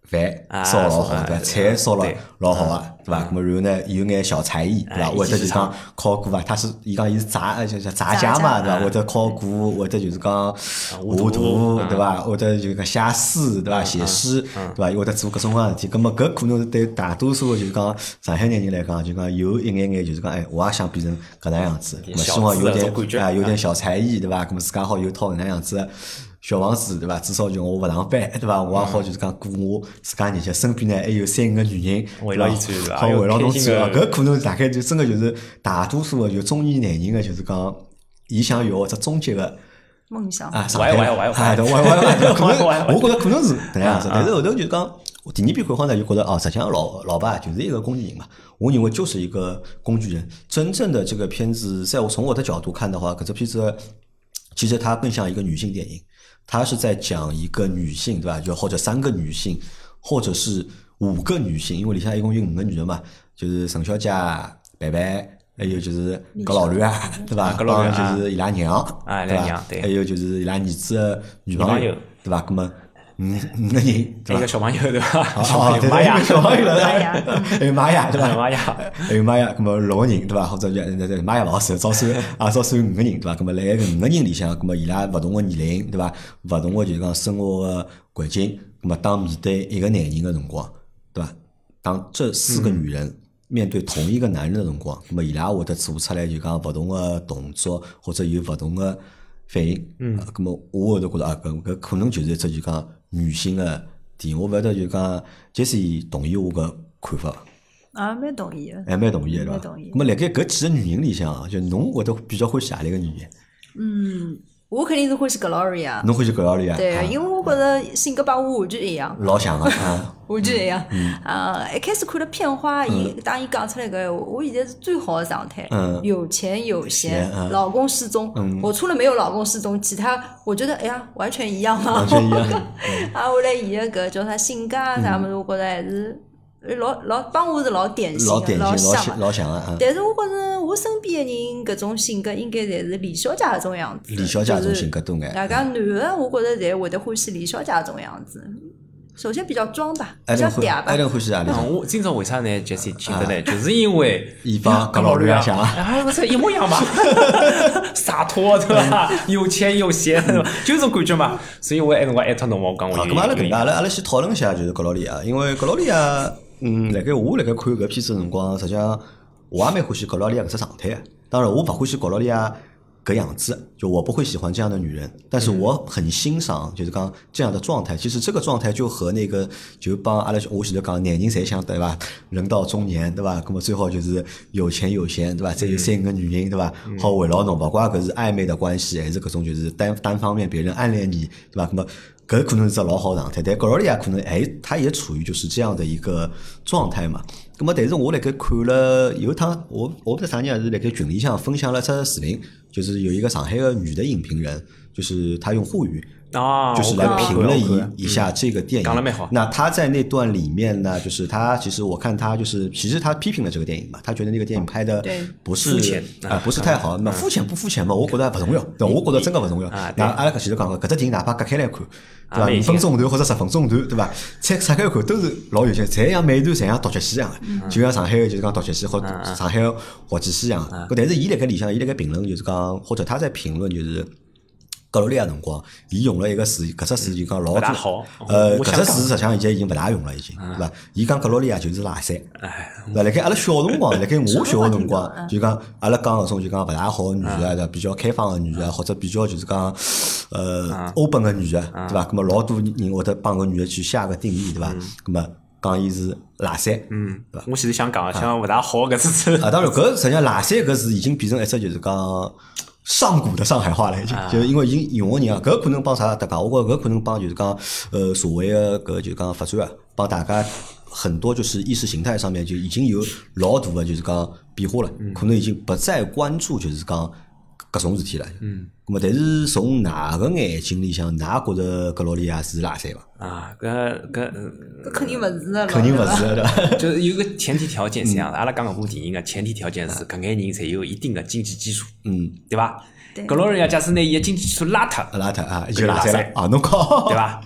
饭烧老好，对伐？菜烧了老好个，对伐？咁么然后呢，有眼小才艺，对伐？或者就讲烤过伐？他是伊讲伊是炸，就叫炸虾嘛，对伐？或者烤过，或者就是讲画图，对伐？或者就讲写诗，对伐？写诗，对伐？或者做各种各样事体。咁么搿可能是对大多数就是讲上海眼人来讲，就讲有一眼眼就是讲，哎，我也想变成搿能样子，咁么希望有点啊，有点小才艺，对伐？咁么自家好有套搿能样子。小房子对伐？至少就我勿上班对伐？我也好就是讲过我自家日脚，身边呢还有三个女人围绕伊转对伐？ 好围绕侬转啊！搿可能大概就真个就是大多数个就中年男人个就是讲，伊想要只终极个梦想啊！ 歪歪歪歪对歪歪歪！可能我觉着可能是搿能样子，但是后头就讲第二遍看好呢，就觉得哦，实际上老老爸就是一个工具人嘛。我认为就是一个工具人。真正的这个片子，在我从我的角度看的话，搿只片子其实它更像一个女性电影。他是在讲一个女性，对吧？就或者三个女性，或者是五个女性，因为里向一共有五个女人嘛，就是陈小姐、白白，还有就是搿老吕啊，对吧？搿老吕就是伊拉娘， 啊， 对吧？ 还有就是伊拉儿子的女朋友，对吧？搿么五五个人， 对吧？一个小朋友，对吧？ 哦，对， 玛雅， 小朋友了，还有玛雅，对吧？ 玛雅， 还有玛雅，搿么六个人，对吧？或者叫玛雅勿好算，早算啊，早算五个人，对吧？搿么辣搿五个人里向，搿么伊拉勿同个年龄，对吧？勿同个就是讲生活个环境，搿么当面对一个男人个辰光，对吧？当这四个女人面对同一个男人的辰光，搿么伊拉会得做出来就讲勿同个动作，或者有勿同个反应。嗯，搿么我会得觉得啊，搿搿可能就是一只就讲女性个电影，我勿晓得就讲杰西同意我搿看法伐？ 啊，蛮同意个， 还蛮同意个，对伐？ 同意。 咁么辣盖搿几个女人里向，就侬会得比较欢喜何里个女人？ 嗯，我肯定是欢喜 Gloria。 侬欢喜 Gloria？ 对，因为我觉着性格帮我完全一样。 老像个啊， 完全一样。啊，一开始看了片花，伊当伊讲出来搿闲话，我现在是最好的状态。嗯。有钱有闲，老公失踪。嗯。我除了没有老公失踪，其他我觉得哎呀，完全一样嘛。 完全一样。 啊，后来伊个搿叫啥性格啊啥物事，我觉着还是。老老帮我是老典型的， 老像老像啊！ 但是我觉着我身边的人搿种性格应该侪是李小姐搿种样子。 李小姐搿种性格多眼。 大家男的，我觉着侪会得欢喜李小姐搿种样子。首先比较装吧，比较嗲吧。 艾伦欢喜哪里？ 我今朝为啥呢？就是觉得呢，就是因为伊帮搿老吕也像啊， 啊，不是一模一样嘛，洒脱对吧？有钱有闲，就这种感觉嘛。所以我埃辰光艾特侬，我讲我有。 咁阿拉搿阿拉阿拉先讨论一下，就是搿老李啊，因为搿老李啊。嗯，辣盖我辣盖看搿片子辰光，实际上我也蛮欢喜格劳利亚搿只状态。当然，我勿欢喜格劳利亚搿样子，就我不会喜欢这样的女人。但是我很欣赏，就是讲这样的状态。其实这个状态就和那个就帮阿拉我前头讲，男人侪想对伐？人到中年对伐？那么最好就是有钱有闲对伐？再有三个女人对伐？好围绕侬，勿怪搿是暧昧的关系，还是搿种就是单单方面别人暗恋你对伐？那么搿可能是只老好状态，但格劳利亚可能哎，他也处于就是这样的一个状态嘛。咁么，但是我辣盖看了有一趟，我我不知啥人是辣盖群里向分享了只视频，就是有一个上海的女的影评人，就是她用沪语。 啊， 就是来评了一一下这个电影， 讲得蛮好。 那他在那段里面呢，就是他其实我看他就是其实他批评了这个电影嘛，他觉得那个电影拍的不是肤浅啊，不是太好。那肤浅不肤浅嘛？我觉得不重要，对，我觉得真的不重要。那阿拉前头讲过，搿只电影哪怕隔开来看，对吧？五分钟段或者十分钟段，对吧？拆拆开看都是老有劲，侪像每段侪像独角戏一样的，就像上海就是讲独角戏或上海滑稽戏一样的。但是伊辣盖里向，伊辣盖评论就是讲，或者他在评论就是。格罗利亚辰光，伊用了一个词，搿只词就讲老好。 呃，搿只词实际上已经已经勿大用了，已经，对伐？伊讲格罗利亚就是垃圾，对伐？辣盖阿拉小辰光，辣盖我小个辰光，就讲阿拉讲搿种就讲勿大好个女个，对比较开放个女个，或者比较就是讲呃 open 个女个，对伐？咁么老多人会得帮搿女个去下个定义，对伐？咁么讲伊是垃圾， 嗯，对伐？我现在想讲，想勿大好搿只词。 啊，当然搿实际上垃圾搿词已经变成一只就是讲。上古的上海话了，已经，就因为已经用个人啊，搿可能帮啥搭讲？我觉搿可能帮就是讲，呃，所谓个搿就是讲发展啊，帮大家很多就是意识形态上面就已经有老大的就是讲变化了，可能已经不再关注就是讲搿种事体了。嗯，咁么但是从哪个眼睛里向，㑚觉着格罗利亚是垃圾伐？ 啊，搿搿搿肯定勿是的， 肯定勿是的， 就是有个前提条件是这样的。阿拉讲搿部电影个前提条件是搿眼人侪有一定的经济基础，嗯，对伐？格罗利亚假使拿伊个经济基础拉脱， 拉脱啊，就垃圾了啊，侬讲对伐？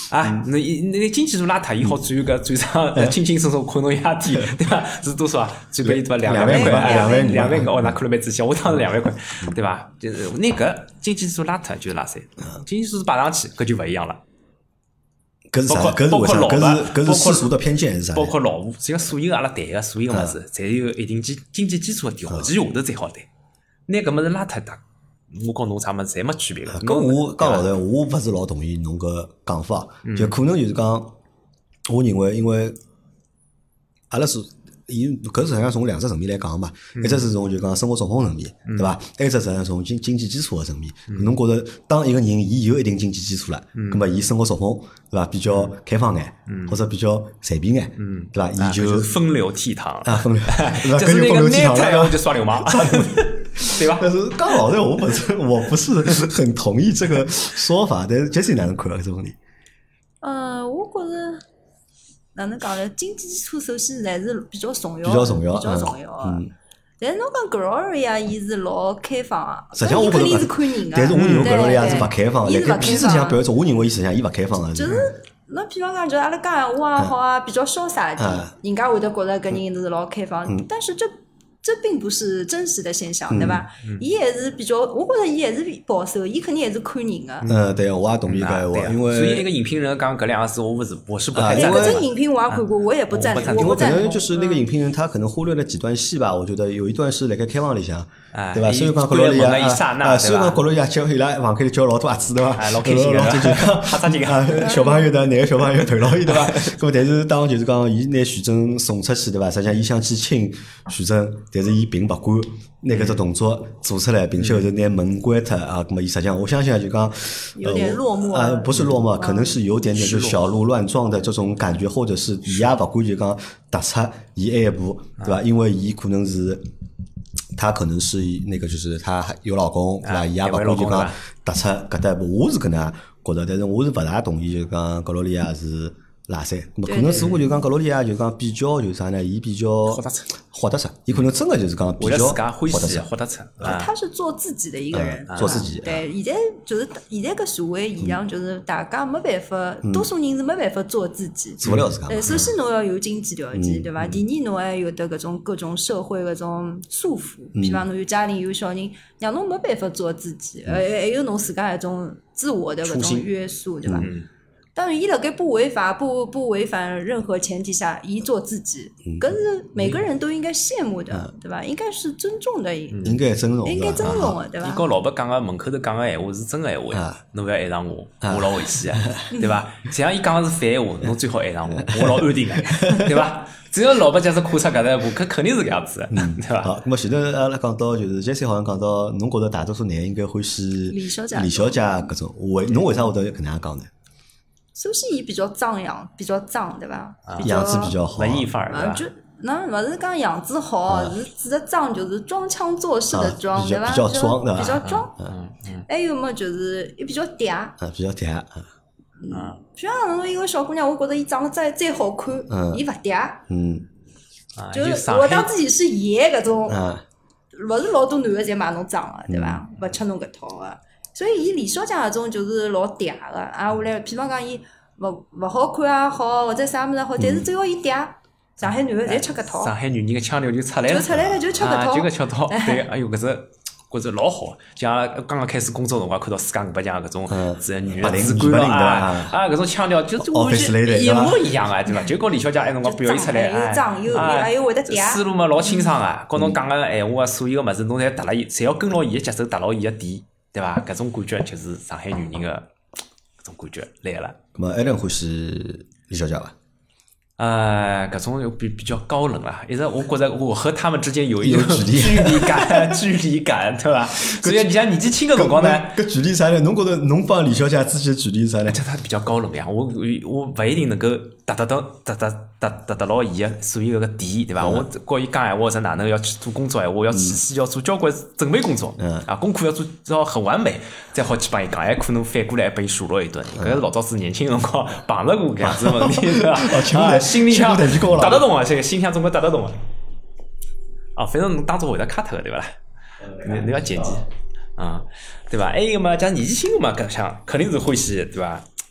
啊，那那经济做邋遢，伊好转一个转上轻轻松松困侬一下天，对伐？是多少啊？最多伊对伐？两万块，两万两万个，哦，那可能蛮仔细，我当时两万块，对伐？就是那个经济做邋遢就是垃圾，经济做摆上去，搿就勿一样了。 搿是啥？搿是为啥？搿是搿是世俗的偏见还是啥？ 包括劳务，只要所有阿拉谈个所有个物事，侪有一定基经济基础个条件下头才好谈。拿搿物事邋遢，我告侬啥物事侪没区别个。 搿我讲老实，我勿是老同意侬搿讲法，就可能就是讲，我认为因为阿拉是。伊搿实际上从两只层面来讲嘛，一只是从就讲生活作风层面，对伐？还一只实际上从经经济基础个层面。侬觉着当一个人伊有一定经济基础了，葛末伊生活作风对伐？比较开放眼，或者比较随便眼，对伐？伊就风流倜傥啊，风流， 就是那个拿太阳就耍流氓，对吧？ 但是刚好的我本身我不是很同意这个说法，但是 Jessie 哪能看这个问题？ 呃，我觉着。哪能讲呢？经济基础首先还是比较重要， 比较重要， 比较重要啊。但是侬讲 Gloria， 伊是老开放啊。 实际上我肯定是看人啊。 但是我认为 Gloria 是勿开放的。 伊是勿片子里向表现出，我认为伊实际上伊勿开放的。 就是侬比方讲，就阿拉讲闲话也好啊，比较潇洒一点，人家会得觉得搿人是老开放。但是这这并不是真实的现象，对吧？伊还是比较，我觉得伊还是保守，伊肯定还是看人的。 嗯，对，我也同意搿闲话，因为所以那个影评人讲搿两个字，我不是我是不太赞成。这影评我也看过，我也不赞同。 因为可能就是那个影评人他可能忽略了几段戏吧，我觉得有一段是辣盖开房里向，对吧？虽然讲格罗利亚啊，虽然讲格罗利亚叫伊拉房间里叫老多阿子，对吧？ 老开心个， 哈扎劲个，小朋友的哪个小朋友头牢伊，对吧？搿么但是当就是讲伊拿徐峥送出去，对吧？实际上伊想去亲徐峥，但是伊并勿管。拿搿只动作做出来，并且后头拿门关脱啊，咁么伊实际上我相信啊，就讲有点落寞啊，不是落寞，可能是有点点就小鹿乱撞的这种感觉，或者是伊也勿管就讲突出伊埃一步，对伐？因为伊可能是他可能是那个就是他有老公，对伐？伊也勿管就讲突出搿搭一步，我是搿能觉得，但是我是勿大同意就讲格罗利亚是。垃圾，咁可能似乎就讲格罗利亚就讲比较就啥呢？伊比较豁得出， 豁得出，伊可能真的就是讲比较豁得出，豁得出。 他是做自己的一个人， 做自己。 对，现在就是现在个社会现象，就是大家没办法，多数人是没办法做自己。 做不了自家。 对，首先侬要有经济条件，对伐？第二侬还有得搿种各种社会搿种束缚，比方侬有家庭有小人，让侬没办法做自己，还还有侬自家一种自我的搿种约束，对伐？当然，伊辣盖不违法、不不违反任何前提下，伊做自己，搿是每个人都应该羡慕的，对吧？应该是尊重的， 应该尊重， 应该尊重的，对吧？ 伊跟老板讲个门口头讲个闲话是真个闲话，侬勿要爱上我，我老危险个，对伐？像伊讲个是反闲话，侬最好爱上我，我老安定个，对伐？只要老板假使跨出搿搭一步，搿肯定是搿样子，对伐？ 好，那么前头阿拉讲到就是 Jessie 好像讲到，侬觉得大多数男人应该欢喜李小姐， 李小姐搿种，为侬为啥会得搿能样讲呢？ 首先，伊比较张扬，比较脏，对吧？ 样子比较好， 文艺范儿，对吧？ 就那勿是讲样子好，是指的脏，就是装腔作势的装，对吧？ 比较装，对吧？比较装。还有么，就是也比较嗲。 啊，比较嗲。 嗯。比方侬一个小姑娘，我觉得伊长得再再好看，伊勿嗲。嗯。就是我当自己是爷搿种，勿是老多男的侪骂侬脏个，对伐？勿吃侬搿套个。所以，伊李小姐搿种就是老嗲个，啊，后来，比方讲伊勿勿好看也好，或者啥物事好，但是只要伊嗲，上海男的侪吃搿套。 上海女人个腔调就出来了， 就出来了，就吃搿套， 就搿吃套。对，哎哟，搿只觉着老好。像刚刚开始工作辰光，看到世界五百强搿种是女的主管啊，啊，搿种腔调就是完全一模一样啊，对伐？就跟李小姐埃辰光表现出来， 又脏又还有会得嗲， 思路嘛老清爽啊，跟侬讲个闲话，所有个物事侬侪踏了伊，侪要跟牢伊个节奏，踏牢伊个点。对伐？搿种感觉就是上海女人个搿种感觉来了。 咁么，艾伦欢喜李小姐伐？ 呃，搿种又比比较高冷啦，一直我觉着我和他们之间有一种距离感，距离感，对伐？所以你像年纪轻个辰光呢， 搿距离啥呢？侬觉着侬帮李小姐之间距离啥呢？ 这他比较高冷呀，我我勿一定能够达得到达达达达得牢伊个所有个点，对伐？我告伊讲闲话是哪能要去做工作闲话，要事先要做交关准备工作，啊，功课要做要很完美，再好去帮伊讲，还可能反过来还拨伊数落一顿。搿是老早子年轻辰光碰着过搿样子问题，对伐？心里向达得动啊，这个心里向总归达得动啊。哦，反正侬当作会得卡脱个对伐？你你要剪辑啊，对伐？还有个嘛，假年纪轻个嘛，搿像肯定是欢喜对伐？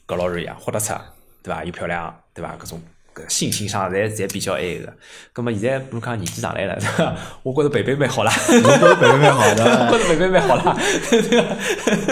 搿老师一样豁得出，对伐？又漂亮，对伐？搿种搿性情上侪侪比较埃个。葛末现在比如讲年纪上来了，对伐？我觉着贝贝蛮好啦， 我觉着贝贝蛮好的， 我觉着贝贝蛮好啦，对伐？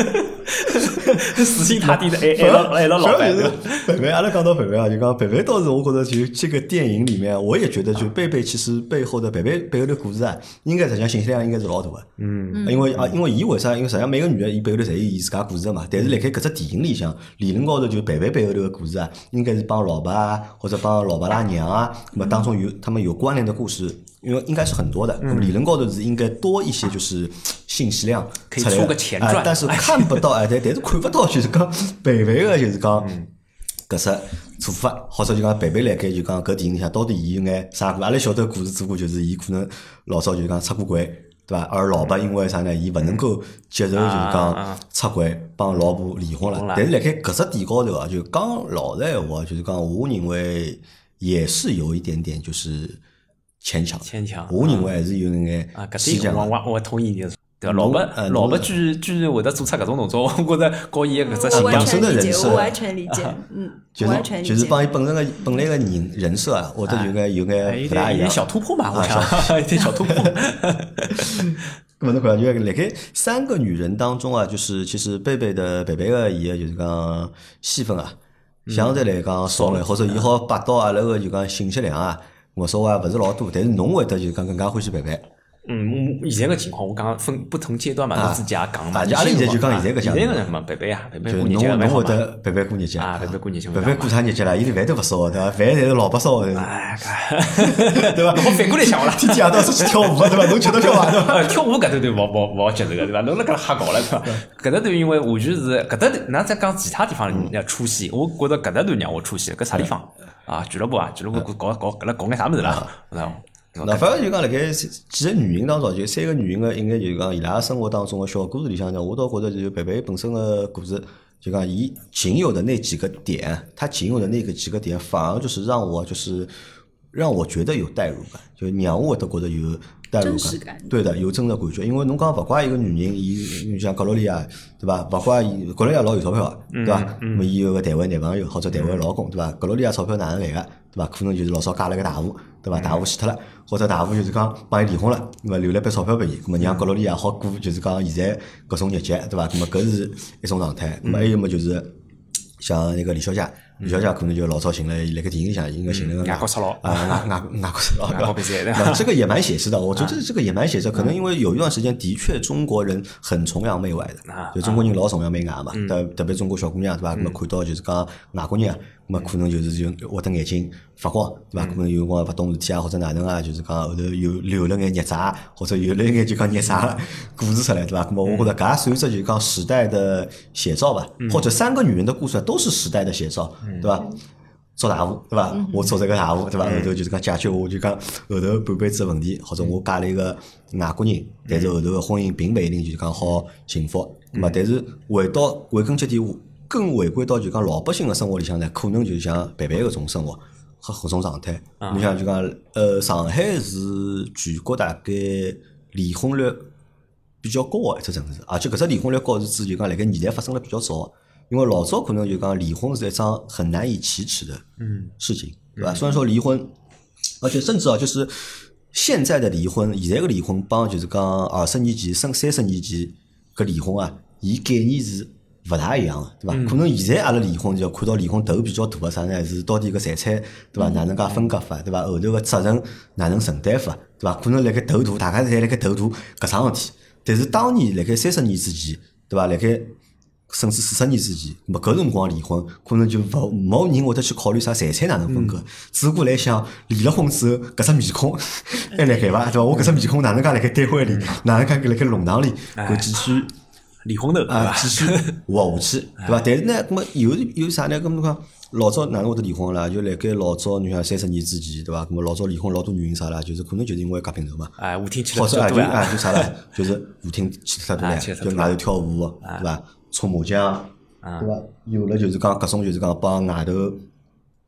死心塌地的爱爱了爱了老板。 贝贝，阿拉讲到贝贝啊，就讲贝贝倒是我觉得就这个电影里面，我也觉得就贝贝其实背后的贝贝背后的故事啊，应该实际上信息量应该是老大的。嗯，因为啊，因为伊为啥？因为实际上每个女的伊背后头侪有伊自家故事的嘛。但是辣盖搿只电影里向，理论高头就贝贝背后头个故事啊，应该是帮老婆啊，或者帮老婆拉娘啊，那么当中有他们有关联的故事。因为应该是很多的，那么理论高头是应该多一些，就是信息量可以出个前传， 呃、但是看不到哎，但但是看不到，就是讲贝贝个就是讲搿只做法，或者就讲贝贝辣盖就讲搿电影里向到底伊有眼啥故事？阿拉晓得故事只不过就是伊可能老早就是讲出过轨，对伐？而老婆因为啥呢？伊勿能够接受就是讲出轨，帮老婆离婚了。但是辣盖搿只点高头啊，就讲老实闲话，就是讲我认为也是有一点点就是。牵强， 牵强， 我认为还是有那眼啊，搿点我我我同意你，对伐？老婆老婆居居然会得做出搿种动作，我觉着和伊搿只形象的人设， 我完全理解，嗯， 完全理解，就是帮伊本身个本来个人人设啊，我觉得有眼有眼不大一样， 小突破嘛，我想，有点小突破。 咁么侬看，就辣盖三个女人当中啊，就是其实贝贝的贝贝个伊个就是讲戏份啊，相对来讲少了，或者伊好拔到阿拉个就讲信息量啊。我说话勿是老多，但是侬会得就讲更加欢喜贝贝。 嗯，现在个情况我刚刚分不同阶段嘛，侬自己也讲嘛。 阿拉现在就讲现在个现在个人嘛，贝贝啊，贝贝过日节侬侬会得贝贝过日节啊，贝贝过日节， 贝贝过啥日节啦？伊连饭都勿烧，对伐？饭侪是老婆烧的，对伐？ 侬好反过来想啦， 天天夜到出去跳舞对伐？侬吃到跳伐？对伐？ 跳舞搿搭段勿勿勿好接受个对伐？侬辣搿瞎搞了对伐？搿搭段因为完全是搿搭，㑚再讲其他地方要出戏，我觉着搿搭段让我出戏，搿啥地方？啊，俱乐部啊，俱乐部搞搞搿辣搞眼啥物事啦？ 那反正就讲辣盖几个女人当中，就三个女人个应该就是讲伊拉生活当中个小故事里向呢，我倒觉得就是贝贝本身个故事，就讲伊仅有的那几个点，他仅有的那个几个点，反而就是让我就是让我觉得有代入感，就让我都觉得有代入感， 感对的，有真的感觉。因为侬讲勿怪一个女人，伊你像格罗利亚，对伐？勿怪伊格罗利亚老有钞票个，对伐？那么伊有个台湾男朋友或者台湾老公，对伐？格罗利亚钞票哪能来个？对伐？可能就是老早嫁了个大户，对伐？大户死脱了，或者大户就是讲帮伊离婚了，那么留了笔钞票拨伊，那么让格罗利亚好过，就是讲现在搿种日节，对伐？那么搿是一种状态。那么还有么就是像那个李小姐。李小姐可能就老早寻了，辣盖电影里向应该寻了个外国赤佬啊，外外外国赤佬， 外国比赛的，这个也蛮写实的。我觉得这个也蛮写实，可能因为有一段时间的确中国人很崇洋媚外的，就中国人老崇洋媚外嘛，特特别中国小姑娘对伐？那么看到就是讲外国人，那么可能就是就会得眼睛发光对伐？可能有辰光勿懂事体啊，或者哪能啊，就是讲后头有流了眼热渣，或者有了眼就讲热啥故事出来对伐？那么我觉得搿也算是就是讲时代的写照吧，或者三个女人的故事都是时代的写照。对伐？做大户对伐？我做这个大户对伐？后头就是讲解决我就讲后头半辈子的问题，或者我嫁了一个外国人，但是后头个婚姻并勿一定就是讲好幸福。那么但是回到归根结底，更回归到就讲老百姓的生活里向呢，可能就像贝贝搿种生活和搿种状态。你像就讲呃，上海是全国大概离婚率比较高的一只城市，而且搿只离婚率高是指就讲辣盖现在发生了比较早。因为老早可能就讲离婚是一桩很难以启齿的事情，嗯、对吧？虽然说离婚，而且甚至啊，就是现在的离婚，现在个离婚帮就是讲二十年前、三三十年前搿离婚啊，伊概念是勿大一样的，对吧？嗯、可能现在阿拉离婚就要看到离婚头比较大的啥呢？是到底搿财产对吧？哪能介分割法，对吧？后头个责任哪能承担法，对吧？可能辣盖头大，大家侪辣盖头大搿桩事体，但是当年辣盖三十年之前，对吧？辣盖甚至四十年之前，么搿辰光离婚，可能就勿没人会得去考虑啥财产哪能分割，嗯、只顾来想离了婚之后搿只面孔还辣盖伐？对伐？我搿只面孔哪能介辣盖单位里，哪能介辣盖弄堂里，会继续离婚头啊，继续活下去，对伐？但是呢，么有有啥呢？搿么讲老早哪能会得离婚啦？就辣盖老早，你像三十年之前，对伐？搿么老早离婚老多原因啥啦？就是可能就是因为夹平头嘛， 哎，舞厅去了比较多啊，就啥啦？就是舞厅去得太多了，就外头跳舞，对伐？搓麻将。对伐？有了就是讲各种就是讲帮外头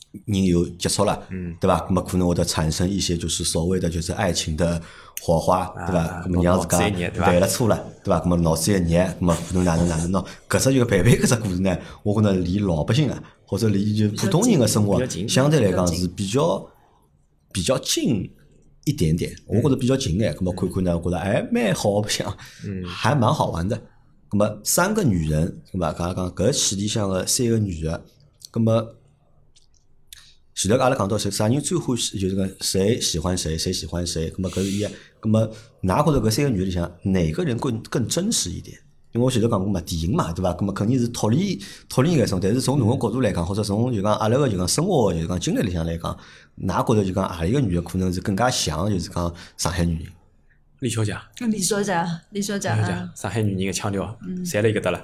人又接触了，嗯，对吧？那么可能会得产生一些就是所谓的就是爱情的火花，对吧？那么让自家谈了错了，对吧？那么脑子一热，那么可能哪能哪能喏，搿只就陪陪搿只故事呢，我觉着离老百姓啊，或者离就普通人的生活，相对来讲是比较比较近一点点。我觉着比较近哎，那么看看呢，我觉着哎蛮好相，嗯，还蛮好玩的。那么三个女人，对吧？刚刚讲搿戏里向的三个女的，那么。前头阿拉讲到谁啥人最欢喜，就是讲谁喜欢谁，谁喜欢谁。那么搿是伊，那么㑚觉着搿三个女里向哪个人更更真实一点？因为我前头讲过嘛，电影嘛，对伐？那么肯定是脱离脱离眼种，但是从侬个角度来讲，或者从就讲阿拉个就讲生活就是讲经历里向来讲，㑚觉着就讲何里个女的可能是更加像，就是讲上海女人？ 李小姐。 李小姐，李小姐， 上海女人个腔调，侪辣搿搭了。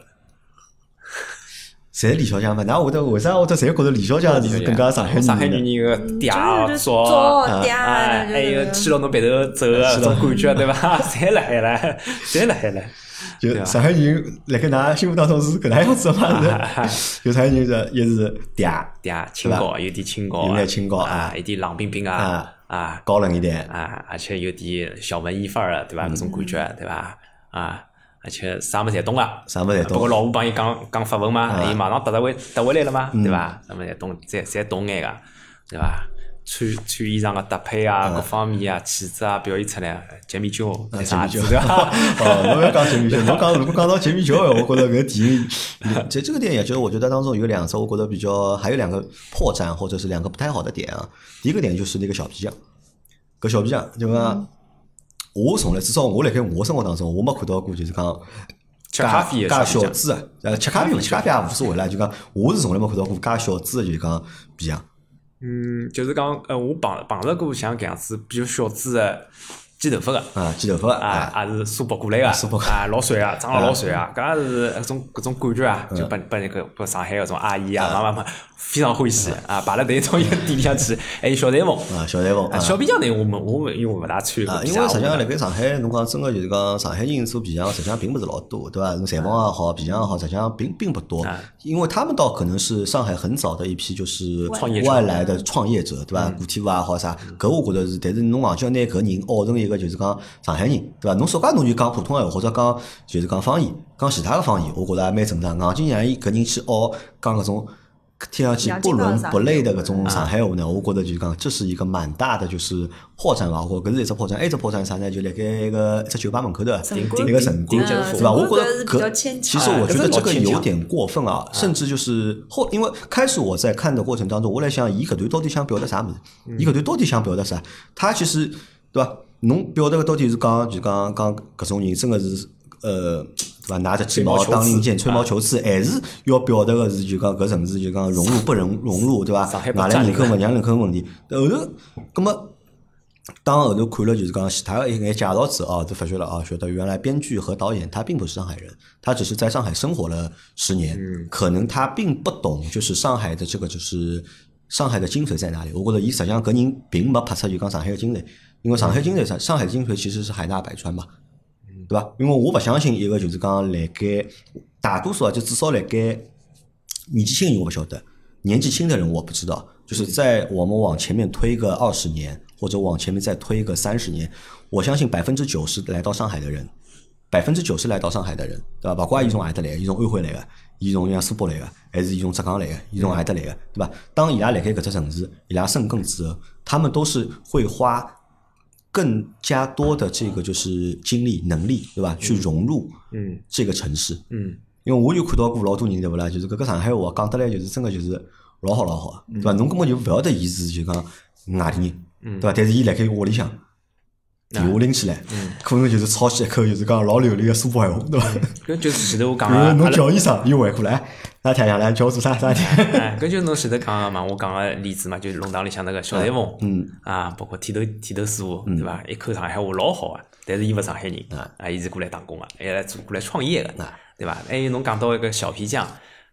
侪李小姐嘛？那会得为啥会得侪觉着李小姐是更加上海女人？ 上海女人个嗲说， 嗲， 还有牵牢侬背头走个搿种感觉，对伐？侪辣海了，侪辣海了。 就上海人辣盖㑚心目当中是搿能样子嘛？就上海人是也是嗲嗲清高，有点清高， 有点清高啊，有点冷冰冰啊啊， 高冷一点啊，而且有点小文艺范儿的，对伐？搿种感觉，对伐？啊。而且啥物事侪懂啊， 啥物事侪懂。 包括老婆帮伊讲讲法文嘛，伊马上答得回答回来了嘛，对伐？啥物事侪懂，侪侪懂眼个，对伐？穿穿衣裳个搭配啊，各方面啊，气质啊，表现出来，杰米乔， 杰米乔对伐？哦，侬要讲杰米乔，侬讲如果讲到杰米乔，我觉得搿电影，其实这个电影就是我觉得当中有两个，我觉得比较还有两个破绽，或者是两个不太好的点啊。第一个点就是那个小皮匠，搿小皮匠就讲。我从来至少我辣盖我生活当中，我没看到过就是讲吃咖啡加小资啊，呃，吃咖啡吃咖啡也无所谓啦，就讲我是从来没看到过加小资的，就是讲皮匠。 嗯，就是讲呃，我碰碰着过像搿样子比较小资的剪头发个啊，剪头发啊，也是苏北过来个， 苏北啊，老帅啊，长得老帅啊，搿也是搿种搿种感觉啊，就把把那个把上海搿种阿姨啊、妈妈们非常欢喜啊，摆辣对从一个店里向去，还有小裁缝啊，小裁缝啊，小皮匠呢，我们我们因为勿大穿啊，因为实际上辣盖上海，侬讲真个就是讲上海人做皮匠，实际上并不是老多，对伐？侬裁缝也好，皮匠也好，实际上并并不多，因为他们倒可能是上海很早的一批就是外来的创业者，对伐？个体户也好啥，搿我觉得是，但是侬忘记要拿搿人熬成一个就是讲。上海人对伐？侬说介侬就讲普通闲话，或者讲就是讲方言，讲其他个方言，我觉着也蛮正常。硬劲让伊搿人去熬讲搿种听上去不伦不类的搿种上海话呢，我觉着就是讲这是一个蛮大的就是破绽伐？我搿是一只破绽，还一只破绽是啥呢？就辣盖一个一只酒吧门口头一个城管，对伐？我觉着搿其实我觉得这个有点过分啊，甚至就是后，因为开始我在看的过程当中，我来想，伊搿段到底想表达啥物事？伊搿段到底想表达啥？他其实对伐？侬表达个到底是讲就讲讲搿种人真个是呃对伐？拿着鸡毛当令箭，吹毛求疵，还是要表达个是就讲搿城市就讲融入不融融入对伐？外来人口勿让人口问题。后头，葛么当后头看了就是讲其他的一眼介绍之后，就发觉了啊，觉得原来编剧和导演他并不是上海人，他只是在上海生活了十年，可能他并不懂就是上海的这个就是上海的精髓在哪里。我觉得伊实际上搿人并没拍出就讲上海的精髓。因为上海精髓上上海的精髓其实是海纳百川嘛，对吧？因为我不相信一个就是讲辣盖大多数啊，就至少辣盖年纪轻人我不晓得，年纪轻的人我不知道。就是在我们往前面推个二十年，或者往前面再推个三十年，我相信百分之九十来到上海的人，百分之九十来到上海的人，对吧？包括伊从何里来，伊从安徽来的，伊从像苏北来的，还是伊从浙江来的，伊从何里来的，对吧？当伊拉辣盖搿只城市，伊拉生根之后，他们都是会花更加多的这个就是精力能力，对吧？去融入嗯这个城市，嗯，因为我有看到过老多人对不啦？就是搿个上海话讲得来就是真的就是老好老好，对吧？侬根本就勿晓得伊是就讲外地人，对吧？但是伊辣盖屋里向电话拎起来，可能就是抄起一口就是讲老流利的苏北闲话，对吧？ 搿就是前头我讲个， 侬叫医生又回过来，那天上来叫做啥啥天？ 哎，搿就是侬前头讲个嘛，我讲个例子嘛，就是弄堂里向那个小裁缝，嗯啊，包括剃头剃头师傅，对伐？一口上海话老好啊，但是伊勿上海人啊，伊是过来打工个，还来做过来创业个，对伐？还有侬讲到一个小皮匠。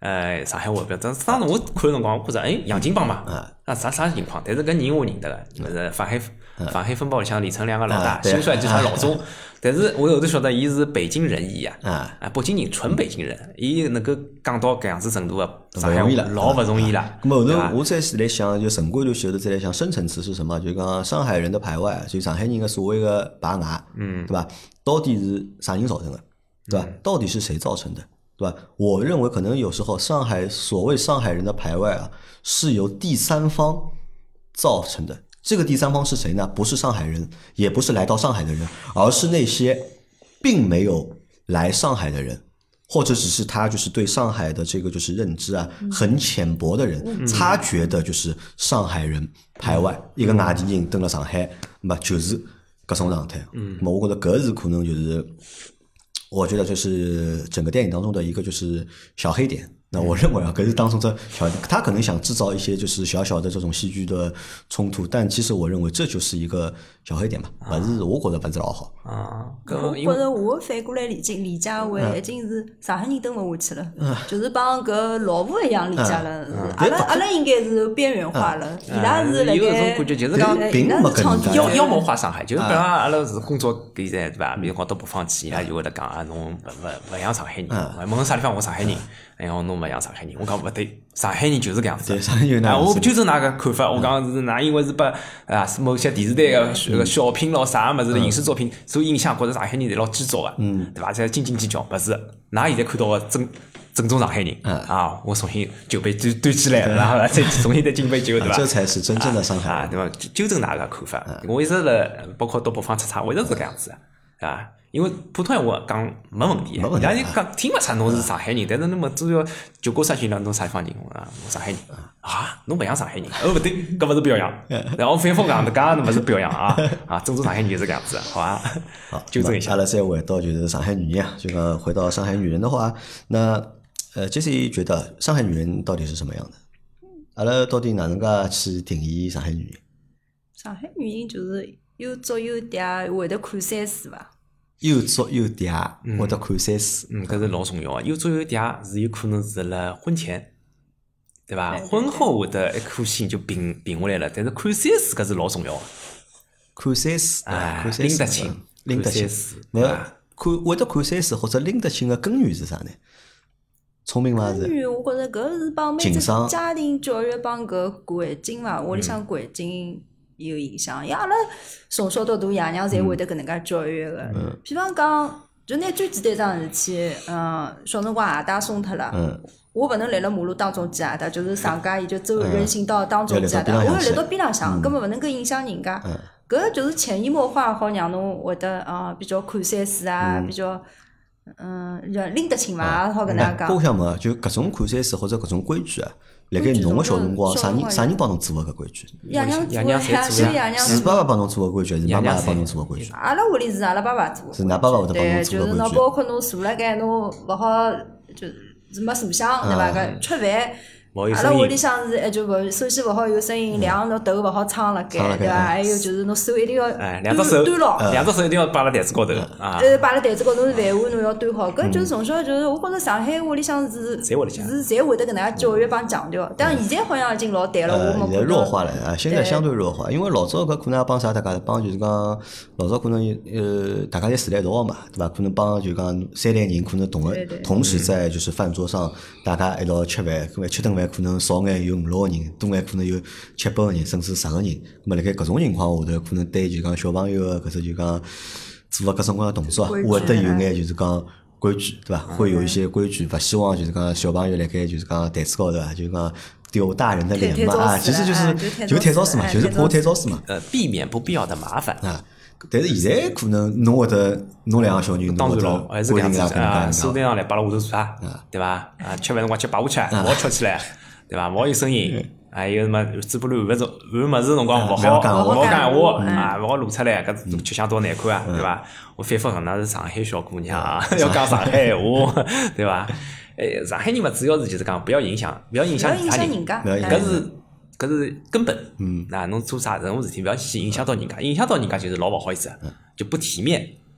呃上海话标准。当时我看辰光，我觉着哎洋泾浜嘛，啊啥啥情况？但是搿人我认得个，是汾海汾海分包里向李成梁个老大，兴帅集团老总。但是我后头晓得伊是北京人伊啊，啊北京人，纯北京人，伊能够讲到搿样子程度个上海话老勿容易了。 咁后头我再是来想，就陈规头后头再来想深层次是什么？就讲上海人的排外，就上海人的所谓的排外，嗯，对吧？到底是啥人造成的？对吧？到底是谁造成的？对吧？我认为可能有时候上海所谓上海人的排外啊，是由第三方造成的。这个第三方是谁呢？不是上海人，也不是来到上海的人，而是那些并没有来上海的人，或者只是他就是对上海的这个就是认知啊很浅薄的人，嗯、他觉得就是上海人排外，嗯、一个外地人登了上海，那就是搿种状态。嗯，那么我觉得搿是可能就是，我觉得这是整个电影当中的一个就是小黑点。那我认为啊，可是当中这小，他可能想制造一些就是小小的这种戏剧的冲突，但其实我认为这就是一个小黑点嘛，不是我觉得不是老好啊。 我觉得我反过来理解理解为已经是上海人登勿下去了，嗯、就是帮搿老婆一样理解了。嗯、阿拉阿拉应该是边缘化了，伊拉是辣盖。 有种感觉就是讲， 并没搿妖妖魔化上海，就是比方阿拉是工作现在对伐？比如讲都不放弃，伊拉就会得讲啊，侬勿勿勿像上海人，问啥地方我上海人。然后侬勿像上海人，我讲勿对，上海人就是搿样子。 上海人啊，我纠正㑚个看法，我讲是㑚因为是把啊某些电视台个个小品咯啥物事的影视作品受影响，觉着上海人侪老基础个，嗯，对伐？侪斤斤计较，勿是？㑚现在看到个正正宗上海人，啊，我重新酒杯端端起来，然后再重新再敬杯酒，对伐？ 这才是真正的上海啊，对伐？纠正㑚个看法，我一直辣包括到北方出差，我一直是搿样子个，啊。因为普通闲话讲没问题，人家讲听勿出侬是上海人，但是侬么主要就过啥去了，侬啥地方人啊？我上海人啊，侬勿像上海人，哦勿对，搿勿是表扬，然后反复讲的讲侬勿是表扬啊啊，正宗上海人就是搿样子，好吧？ 好， 纠正一下。 阿拉再回到就是上海女人啊，就讲回到上海女人的话，那呃，Jessie觉得上海女人到底是什么样的？阿拉到底哪能介去定义上海女人？ 上海女人就是有作有嗲，会得看山水伐？ 有作有嗲，会得看山水， 嗯，搿是老重要个。有作有嗲是有可能是辣婚前，对伐？婚后会得一颗心就平平下来了，但是看山水搿是老重要个。 看山水， 啊， 看山水， 拎得清， 拎得清。没有看会得看山水或者拎得清个根源是啥呢？聪明伐？是。 根源我觉着搿是帮每只家庭教育帮搿环境伐，屋里向环境。有影响，因为阿拉从小到大，爷娘侪会得搿能介教育个。嗯、比方讲，就拿最简单桩事体，嗯，小辰光鞋带松脱了，嗯、我勿能立辣马路当中系鞋带，就是上街伊就走人行道当中系鞋带，我要立到边浪向，根本勿能够影响人家。搿、嗯、就是潜移默化，好让侬会得啊比较看山水啊，嗯、比较嗯拎得清伐，好搿能讲。 我想问，就搿种看山水或者搿种规矩啊。辣盖侬个小辰光，啥人啥人帮侬做个搿规矩？ 爷娘做呀，是爷娘是爸爸帮侬做个规矩，还是妈妈帮侬做个规矩？ 阿拉屋里是阿拉爸爸做。 是㑚爸爸会得帮侬做个规矩。 对，就是侬包括侬坐辣盖，侬勿好就是没坐相，对伐？搿吃饭。阿拉屋里向是，就勿首先勿好有声音，两个头勿好撑辣盖，对伐？还有就是侬手一定要端端牢，两只手一定要摆辣台子高头啊。 呃，摆辣台子高头是饭碗侬要端好，搿就是从小就是我觉着上海屋里向是是侪会得搿能介教育帮强调，但现在好像已经老淡了，我没现在弱化了啊，现在相对弱化，因为老早搿可能帮啥大家帮就是讲老早可能呃大家侪住辣一道嘛，对伐？可能帮就讲三代人可能同个同时在就是饭桌上大家一道吃饭，搿吃顿饭可能少眼有五六个人，多眼可能有七八个人，甚至十个人。咁么辣盖搿种情况下头，可能对就讲小朋友个搿只就讲做个各种各样动作，会得有眼就是讲规矩，对伐？会有一些规矩，勿希望就是讲小朋友辣盖就是讲台子高头啊，就讲丢大人的脸嘛啊，其实就是就退潮水嘛，就是怕退潮水嘛。 呃，避免不必要的麻烦啊。但是现在可能侬会得侬两个小人， 当然咯，还是搿样子啊，手拿上来摆辣下头做啥，对伐？啊，吃饭辰光吃摆下去，勿好吃起来。对伐？勿好有声音，还有什么嘴巴里含物事，含物事辰光勿好，勿好讲闲话啊，勿好露出来，搿吃相多难看啊，对伐？我反复讲，那是上海小姑娘啊，要讲上海闲话，对伐？诶，上海人嘛，主要是就是讲不要影响，不要影响其他人，搿是搿是根本。嗯，那侬做啥任何事体，勿要去影响到人家，影响到人家就是老勿好意思，就不体面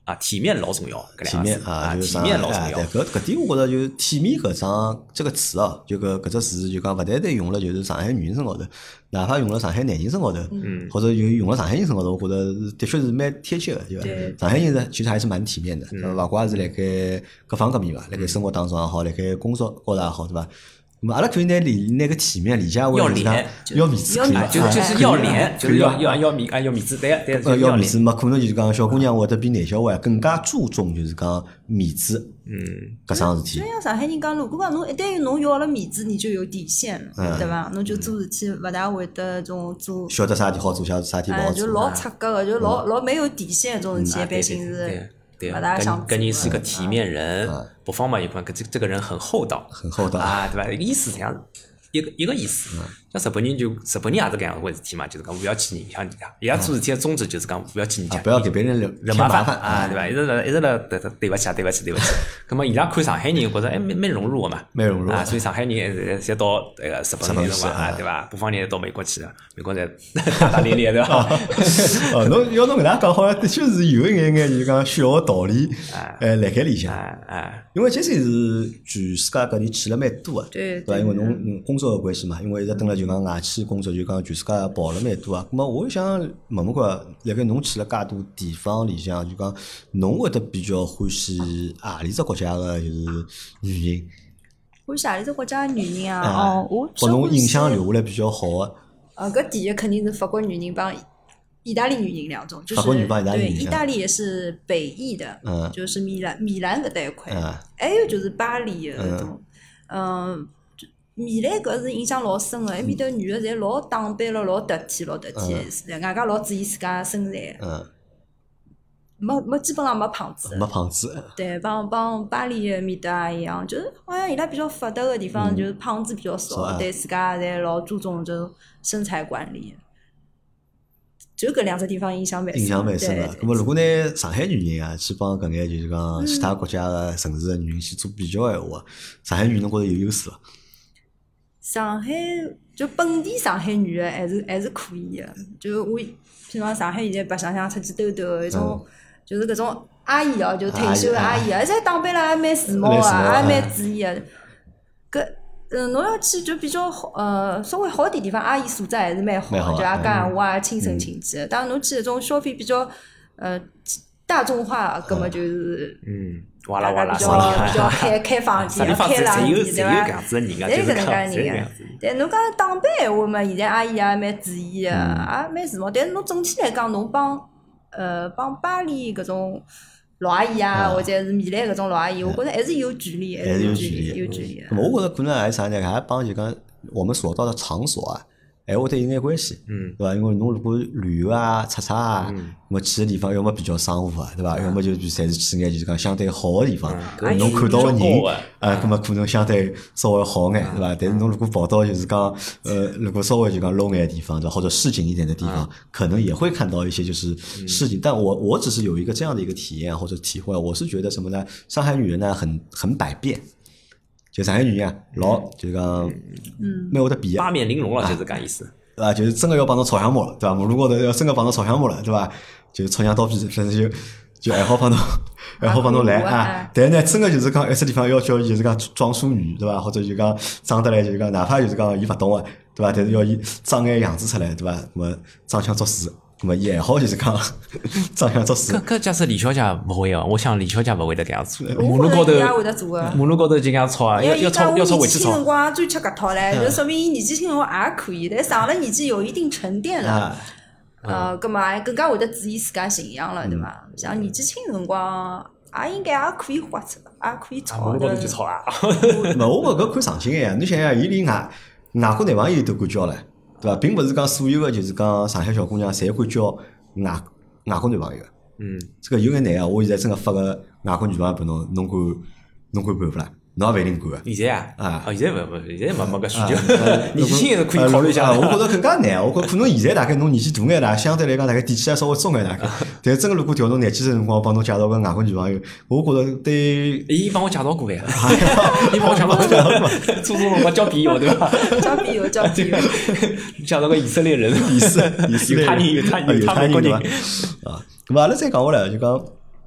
啊，体面老重要， 体面啊，就是体面老重要。 对，搿搿点我觉着就是体面搿桩这个词哦，就搿搿只词就讲勿单单用了就是上海女人身高头，哪怕用了上海男人身高头，嗯，或者有用了上海人身高头，我觉着的确是蛮贴切的，对伐？上海人是其实还是蛮体面的，勿怪是辣盖各方各面伐，辣盖生活当中也好，辣盖工作高头也好，对伐？那么阿拉可以拿理那个体面理解为要脸， 要面子，可以伐？ 就就是要脸，就是要要要面啊要面子，对对， 呃要面子嘛，可能就是讲小姑娘会得比男小孩更加注重就是讲面子，嗯，搿桩事体。 就像上海人讲，如果讲侬一旦侬要了面子，你就有底线了，对伐？侬就做事体勿大会得种做。 晓得啥地好做，晓得啥地勿好做。 就老出格个，就老老没有底线种事体，一般性是。 对，跟跟人是个体面人，不方便一方，这这个人很厚道， 很厚道啊，对吧？意思这样子，一个一个意思。像日本人就日本人也是搿样回事体嘛，就是讲不要去影响人家，伊拉做事体的宗旨就是讲不要去影响， 不要给别人惹麻烦啊，对吧？一直辣一直辣对对勿起啊，对勿起，对勿起。那么伊拉看上海人，觉着哎蛮蛮融入个嘛， 蛮融入啊，所以上海人侪到那个日本那种啊，对吧？北方人到美国去了，美国在大大咧咧，对吧？ 哦，侬要侬搿能讲，好像的确是有一眼眼就是讲小个道理，哎，辣盖里向， 哎， 因为杰西是全世界各地去了蛮多个， 对对伐？因为侬工作个关系嘛，因为一直蹲辣就讲外企工作，就讲全世界跑了蛮多啊。咁么我想问问看，辣盖侬去了介多地方里向，就讲侬会得比较欢喜何里只国家个就是女人？ 欢喜何里只国家女人啊？哦，我拨侬印象留下来比较好个。 呃，搿第一肯定是法国女人帮意大利女人两种，就是法国女帮意大利对， 女意大利也是北意的， 嗯， 就是米兰米兰搿搭一块， 嗯， 还有就是巴黎个搿种，嗯。米兰搿是印象老深个，埃面搭女个侪老打扮了，老得体，老得体，外加老注意自家身材。嗯。没没，基本上没胖子。 没胖子。 对，帮帮巴黎埃面搭也一样，就是好像伊拉比较发达个地方，就是胖子比较少，对自家侪老注重这种身材管理。就搿两只地方印象蛮深。 印象蛮深个。咁么，如果拿上海女人啊，去帮搿眼就是讲其他国家个城市个女人去做比较闲话，上海女人侬觉着有优势伐？ 上海就本地上海女个还是还是可以个，就我，譬如讲上海现在白相相出去兜兜一种，就是搿种阿姨哦，就退休个阿姨啊，侪打扮了还蛮时髦个，也蛮注意个。搿嗯，侬要去就比较好，呃，稍微好点地方，阿姨素质还是蛮好个，就也讲闲话也轻声轻气。当然侬去搿种消费比较呃大众化，搿么就是嗯。哇啦哇啦， 比较比较开开放点，开朗点，对伐？ 侪搿能介人个。但侬讲打扮闲话嘛，现在阿姨也蛮注意个，也蛮时髦。但是侬整体来讲，侬帮呃帮巴黎搿种老阿姨啊，或者是米兰搿种老阿姨，我觉着还是有距离，还是有距离，有距离。 我觉着可能还是啥呢？还帮就讲我们所到的场所啊。还会得有眼关系，嗯，对伐？因为侬如果旅游啊、出差啊，嗯，么去个地方要么比较商务啊，对伐？要么就侪是去眼就是讲相对好个地方，侬看到个人啊，咁么可能相对稍微好眼，对伐？但是侬如果跑到就是讲，呃，如果稍微就讲 low 眼的地方，对吧？或者市井一点的地方，可能也会看到一些就是市井。但我我只是有一个这样的一个体验或者体会，我是觉得什么呢？上海女人呢，很很百变。就上海女人啊，老就是讲，嗯，蛮会得变， 八面玲珑了，就是搿意思， 对伐？就是真个要帮侬炒香馍了，对伐？马路高头要真个帮侬炒香馍了，对伐？就抄枪刀片，反正就就还好帮侬，还好帮侬来啊。但是呢，真个就是讲，一些地方要叫就是讲装淑女，对伐？或者就讲装得来就是讲，哪怕就是讲伊勿懂个，对伐？但是要伊装眼样子出来，对伐？那么装腔作势。咁么也好，就是讲装腔作势。 搿搿假使李小姐勿会哦，我想李小姐勿会得搿样做。马路高头， 马路高头就搿样操啊，要要操要操回去操。 年纪轻辰光专吃搿套唻，就说明伊年纪轻辰光也可以，但上了年纪有一定沉淀了，呃，搿么更加会得注意自家形象了，对伐？像年纪轻辰光，也应该也可以花出，也可以操。 马路高头就操啊！ 勿，我搿看上心个呀，侬想想，伊连外外国男朋友都敢交了。对伐？并勿是讲所有个就是讲上海小姑娘侪会交外外国男朋友。嗯，这个有眼难啊！我现在真个发个外国女朋友拨侬，侬敢侬敢办勿啦？侬也勿一定敢。 现在啊，啊，现在勿勿，现在没没搿需求。年轻人可以考虑一下。 我觉着更加难，我觉可能现在大概侬年纪大眼啦，相对来讲大概底气也稍微重眼大概。但是真个如果调侬廿几岁辰光帮侬介绍个外国女朋友，我觉着对。 伊帮我介绍过呀，伊帮我介绍过，初中辰光交笔友对伐？ 交笔友，交笔友， 介绍个以色列人， 以色以色列人，犹太人，犹太人，犹太人人啊。咁么阿拉再讲下来就讲，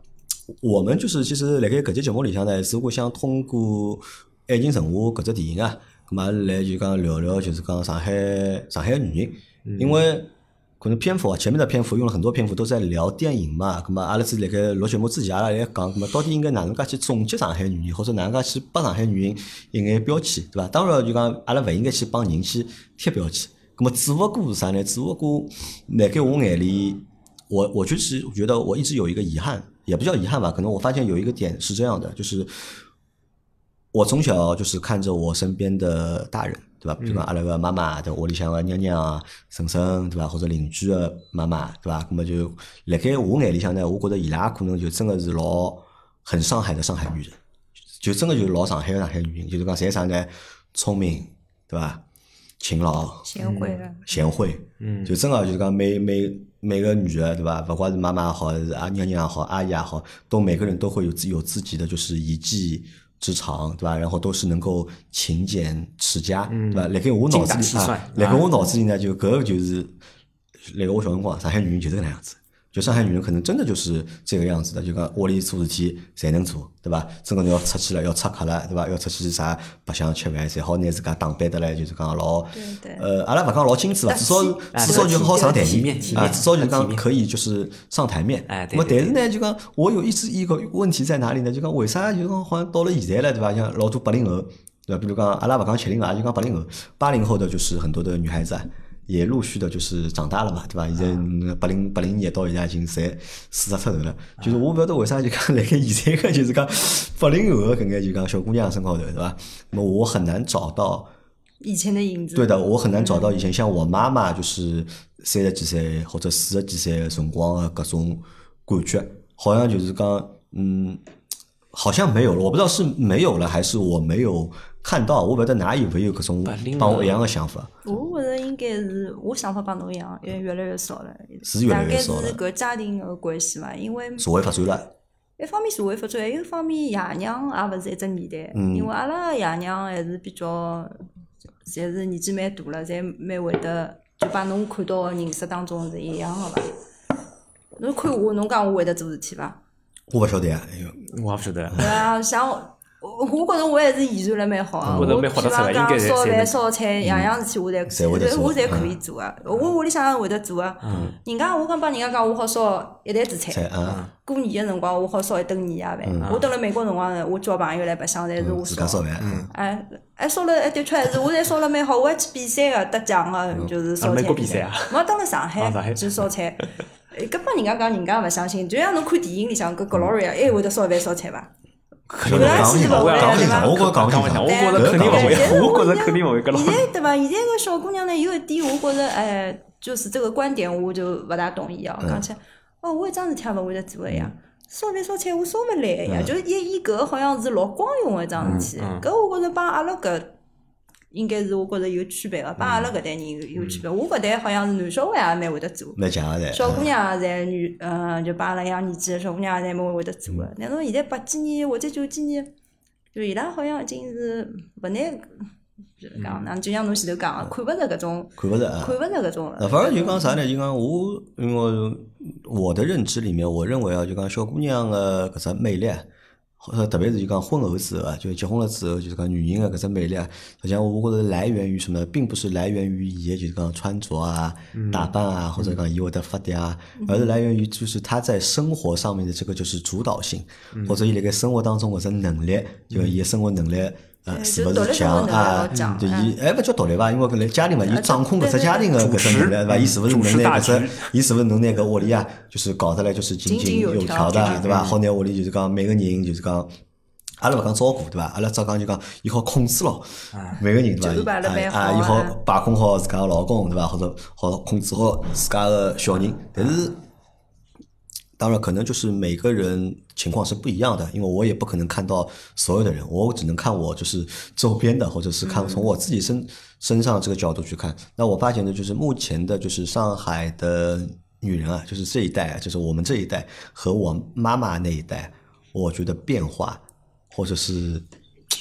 我们就是其实辣盖搿节节目里向呢，如果想通过《爱情神话》搿只电影啊，咁嘛来就讲聊聊就是讲上海上海个女人，嗯、因为可能篇幅啊，前面的篇幅用了很多篇幅都在聊电影嘛，咁嘛阿拉是辣盖录节目之前阿拉来讲，咁嘛到底应该哪能介去总结上海女人，或者哪能介去拨上海女人一眼标签，对伐？当然就讲阿拉勿应该去帮人去贴标签，咁么只不过是啥呢？只不过辣盖我眼里，我我就是觉得我一直有一个遗憾。也不叫遗憾吧，可能我发现有一个点是这样的，就是我从小就是看着我身边的大人，对吧？比如讲阿拉个妈妈，对屋里向个娘娘啊、婶婶，对吧？或者邻居个妈妈，对吧？那么就辣盖我眼里向呢，我觉得伊拉可能就真的是老很上海的上海女人，就真的就是老上海的上海女人，就是讲侪啥呢？聪明，对吧？勤劳、 贤惠的， 贤惠，嗯，就真个就是讲每每每个女的，对吧？不管是妈妈也好，还是阿娘娘也好，阿姨也好，都每个人都会有自有自己的就是一技之长，对吧？然后都是能够勤俭持家，嗯、对吧？辣盖我脑子里啊，辣盖我脑子里呢，就搿个就是辣盖我小辰光，上海女人就是搿能样子。就上海女人可能真的就是这个样子的，就讲屋里做事体侪能做，对吧？真个要出去了，要出客了，对吧？要出去啥白相吃饭，侪好拿自家打扮得来，就是讲老，呃，阿拉勿讲老精致吧，至少至少就好上台面啊，至少就讲可以就是上台面。那么但是呢，就讲我有一直一个问题在哪里呢？就讲为啥就讲好像到了现在了，对吧？像老多八零后，对吧？比如讲阿拉勿讲七零后，就讲八零后、八零后的，就是很多的女孩子啊。也陆续的就是长大了嘛，对吧？现在八零八零年到现在已经侪四十出头了，就是我勿晓得为啥就讲辣盖现在个就是讲八零后个搿眼就讲小姑娘身高头，对吧？那么我很难找到以前的影子。 对的，我很难找到以前像我妈妈就是三十几岁或者四十几岁的辰光的搿种感觉，好像就是讲嗯，好像没有了。我不知道是没有了还是我没有看到，我不晓得哪有没有搿种帮我一样的想法。 我觉着应该是我想法帮侬一样，因为越来越少了。 是越来越少了。 大概是搿家庭的关系嘛，因为社会发展了。 一方面社会发展，还有一方面爷娘也勿是一只年代，嗯、因为阿拉爷娘还是比较，侪是年纪蛮大了，侪蛮会得，就帮侬看到的认识当中是一样的伐？侬看我，侬讲我会得做事体伐？ 我勿晓得呀， 我也勿晓得。 对啊，像我，我觉着我还是遗传了蛮好啊。 我比方讲烧饭、烧菜，样样事体我侪，我侪可以做啊。我屋里向会得做啊。人家我讲帮人家讲，我好烧一台子菜。过年个辰光，我好烧一顿年夜饭。我到了美国辰光，我叫朋友来白相，侪是我烧。哎，哎，烧了，的确还是我侪烧了蛮好。我还去比赛个，得奖个，就是烧菜。 美国比赛啊？ 我到了上海去烧菜。搿帮人家讲，人家勿相信。就像侬看电影里向搿 Gloria，还会得烧饭烧菜伐？ 讲勿清爽，讲勿清爽，我觉着讲勿清爽。 我觉着肯定勿会，我觉着肯定勿会搿现在对伐？现在个小姑娘呢，有一点，我觉着哎，就是这个观点，我就勿大同意哦。讲起来，哦，我一桩事体也勿会得做个呀，烧饭烧菜我烧勿来个呀，就伊伊搿个好像是老光荣个一桩事体。搿我觉着帮阿拉搿。应该是我觉着有区别个，帮阿拉搿代人有有区别。我搿代好像是男小孩也蛮会得做， 蛮强个。 小姑娘侪女，嗯，就帮阿拉一样年纪个小姑娘侪蛮会得做个。但侬现在八几年或者九几年，就伊拉好像已经是勿拿，就是讲，那就像侬前头讲个，看勿着搿种， 看勿着， 看勿着搿种。 反而就讲啥呢？就讲我，因为我的认知里面，我认为啊，就讲小姑娘个搿只魅力。呃，特别是就讲婚后之后啊，就结婚了之后，就是讲女人的搿只魅力啊，实际上我觉着来源于什么？并不是来源于伊的就是讲穿着啊、打扮啊，或者讲伊会得发嗲啊，而是来源于就是她在生活上面的这个就是主导性，或者伊辣盖生活当中搿只能力，就伊的生活能力。呃，是勿是强啊？就伊还勿叫独立伐？因为搿来家庭嘛，伊掌控搿只家庭个搿只能力，对伐？伊是勿是能拿搿只？伊是勿是能拿搿屋里啊，就是搞得来就是井井有条的，对伐？好拿屋里就是讲每个人就是讲，阿拉勿讲照顾，对伐？阿拉只讲就讲伊好控制牢每个人，对伐？啊，伊好把控好自家个老公，对伐？或者好控制好自家个小人，但是。当然，可能就是每个人情况是不一样的，因为我也不可能看到所有的人，我只能看我就是周边的，或者是看从我自己身身上这个角度去看。那我发现的就是目前的，就是上海的女人啊，就是这一代，就是我们这一代和我妈妈那一代，我觉得变化或者是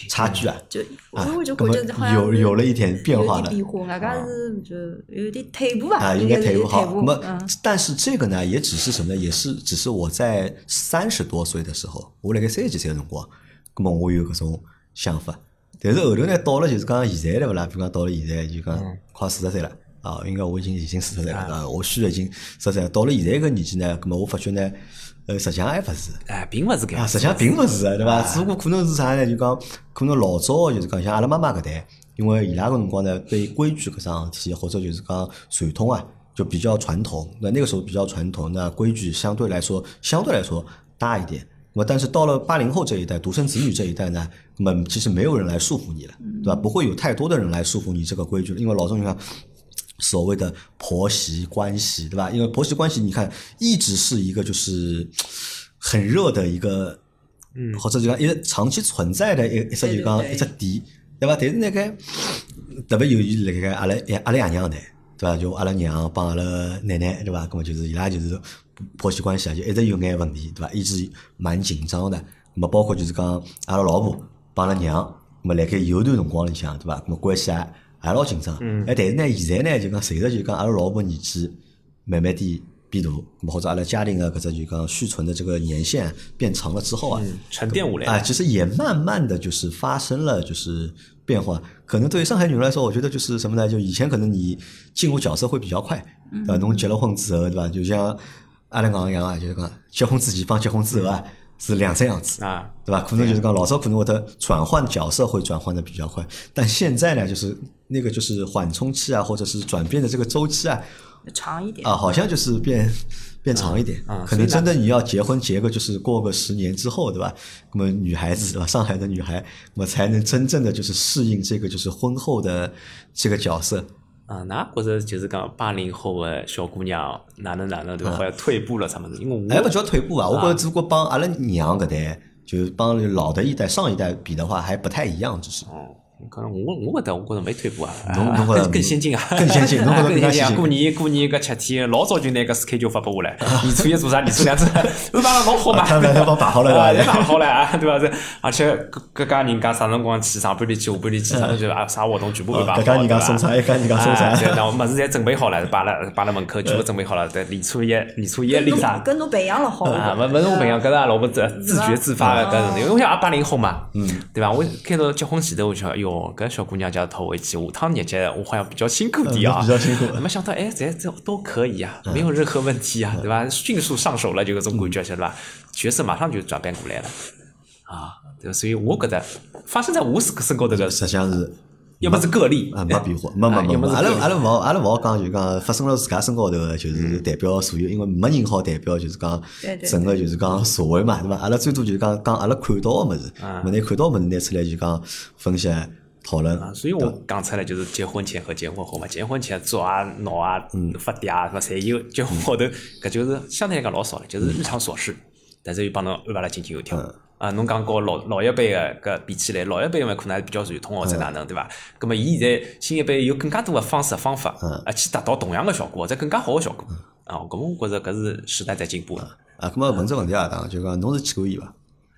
差距啊， 就啊我就那么感觉好像有有了一点变化了有点。变化，外加是就有点退步吧， 啊，应该退步好。那步。 么嗯， 但是这个呢，也只是什么呢？也是只是我在三十多岁的时候，我辣盖三十几岁的辰光，那么我有搿种想法。但是后头呢，到了就是讲现在对勿啦？比如讲到了现在，就讲快四十岁了啊，应该我已经已经四十岁了啊，我虚已经四十岁了。到了现在搿年纪呢，那么我发觉呢，呃，实际上还勿是。 哎，并勿是搿啊， 样。 实际上并勿是的，对伐？只不过可能是啥呢？就讲可能老早就是讲像阿拉妈妈搿代，因为伊拉搿辰光呢，对规矩搿桩事体，或者就是讲传统啊，就比较传统。那那个时候比较传统，那规矩相对来说相对来说大一点。那么但是到了八零后这一代，独生子女这一代呢，那么其实没有人来束缚你了，对吧？不会有太多的人来束缚你这个规矩了，因为老钟你看。所谓的婆媳关系，对吧？因为婆媳关系，你看一直是一个就是很热的一个，嗯，或者就讲一个长期存在的一一只就讲一只点，对吧？但是那个特别由于那个阿拉阿拉爷娘呢，对吧？就阿拉娘帮阿拉奶奶，对吧？那么就是伊拉就是婆媳关系啊，就一直有眼问题，对吧？一直蛮紧张的。那么包括就是讲阿拉老婆帮阿拉娘，那么辣盖有段辰光里向，对吧？那么关系啊。还老紧张，嗯，哎，但是呢，现在呢，就讲随着就讲阿拉老婆年纪慢慢地变大，或者阿拉家庭的搿只就讲续存的这个年限变长了之后啊， 嗯、沉淀下来啊，其实也慢慢的就是发生了就是变化。可能对于上海女人来说，我觉得就是什么呢？就以前可能你进入角色会比较快，对吧？侬结了婚之后，对吧？就像阿拉讲一样啊，就是讲结婚之前帮结婚之后啊。是两只样子啊，对吧？可能就是讲老早可能我的转换角色会转换的比较快，但现在呢，就是那个就是缓冲期啊，或者是转变的这个周期啊， 长一点啊，好像就是变变长一点。 嗯嗯、 可能真的你要结婚结个就是过个十年之后，对吧？那么女孩子对吧？上海的女孩，那么才能真正的就是适应这个就是婚后的这个角色。 啊，那觉着就是讲八零后的小姑娘哪能哪能对吧？好像退步了什么的，因为我哎，不叫退步啊，我觉得只不过帮阿拉娘搿代，就帮老的一代、上一代比的话，还不太一样，只是。 哦，可能我我觉得我觉得没退步啊， 侬侬觉得更先进啊， 更先进，侬觉得更先进啊！ 更先进。 过年过年搿七天，老早就拿个 schedule 发拨我了，年初一做啥，年初两做，我帮他弄好嘛， 他们都帮摆好了对吧？摆好了啊，对吧？这而且各各家人家啥辰光去，上半天去，下半天去，啥就啊啥活动全部会摆好， 各家人家送餐，一家人家送餐。 对，那我物事侪准备好了，摆了摆了门口，全部准备好了。对，年初一年初一领啥？ 跟侬培养了好啊，勿勿是我培养，搿是阿拉老婆自自觉自发的搿种，因为我想也八零后嘛，嗯，对吧？我开头结婚前头我想，哟，搿小姑娘家头回去，下趟日节我好像比较辛苦点啊， 比较辛苦。 没想到，哎，这这都可以啊，没有任何问题啊，对吧？迅速上手了，就搿种感觉，是吧？角色马上就转变过来了，啊，对，所以我觉得发生在我身身高头个， 实际上是。 要么是个例啊，没变化，没没没，阿拉阿拉勿阿拉勿好讲，就讲发生了自家身高头个，就是代表所有，因为没人好代表，就是讲整个就是讲社会嘛，对伐？阿拉最多就是讲讲阿拉看到个物事，么拿看到物事拿出来就讲分析讨论。 所以我讲出来就是结婚前和结婚后嘛，结婚前做啊闹啊发嗲啊什么侪有，结婚后头搿就是相对来讲老少了，就是日常琐事，但是又帮侬安排了井井有条。啊，侬讲跟老老一辈个搿比起来，老一辈嘛可能还比较传统或者哪能，对伐？葛末伊现在新一辈有更加多个方式方法，啊，去达到同样个效果或者更加好个效果。啊，搿么我觉着搿是时代在进步。 啊，葛末问只问题啊，当就讲侬是去过伊伐？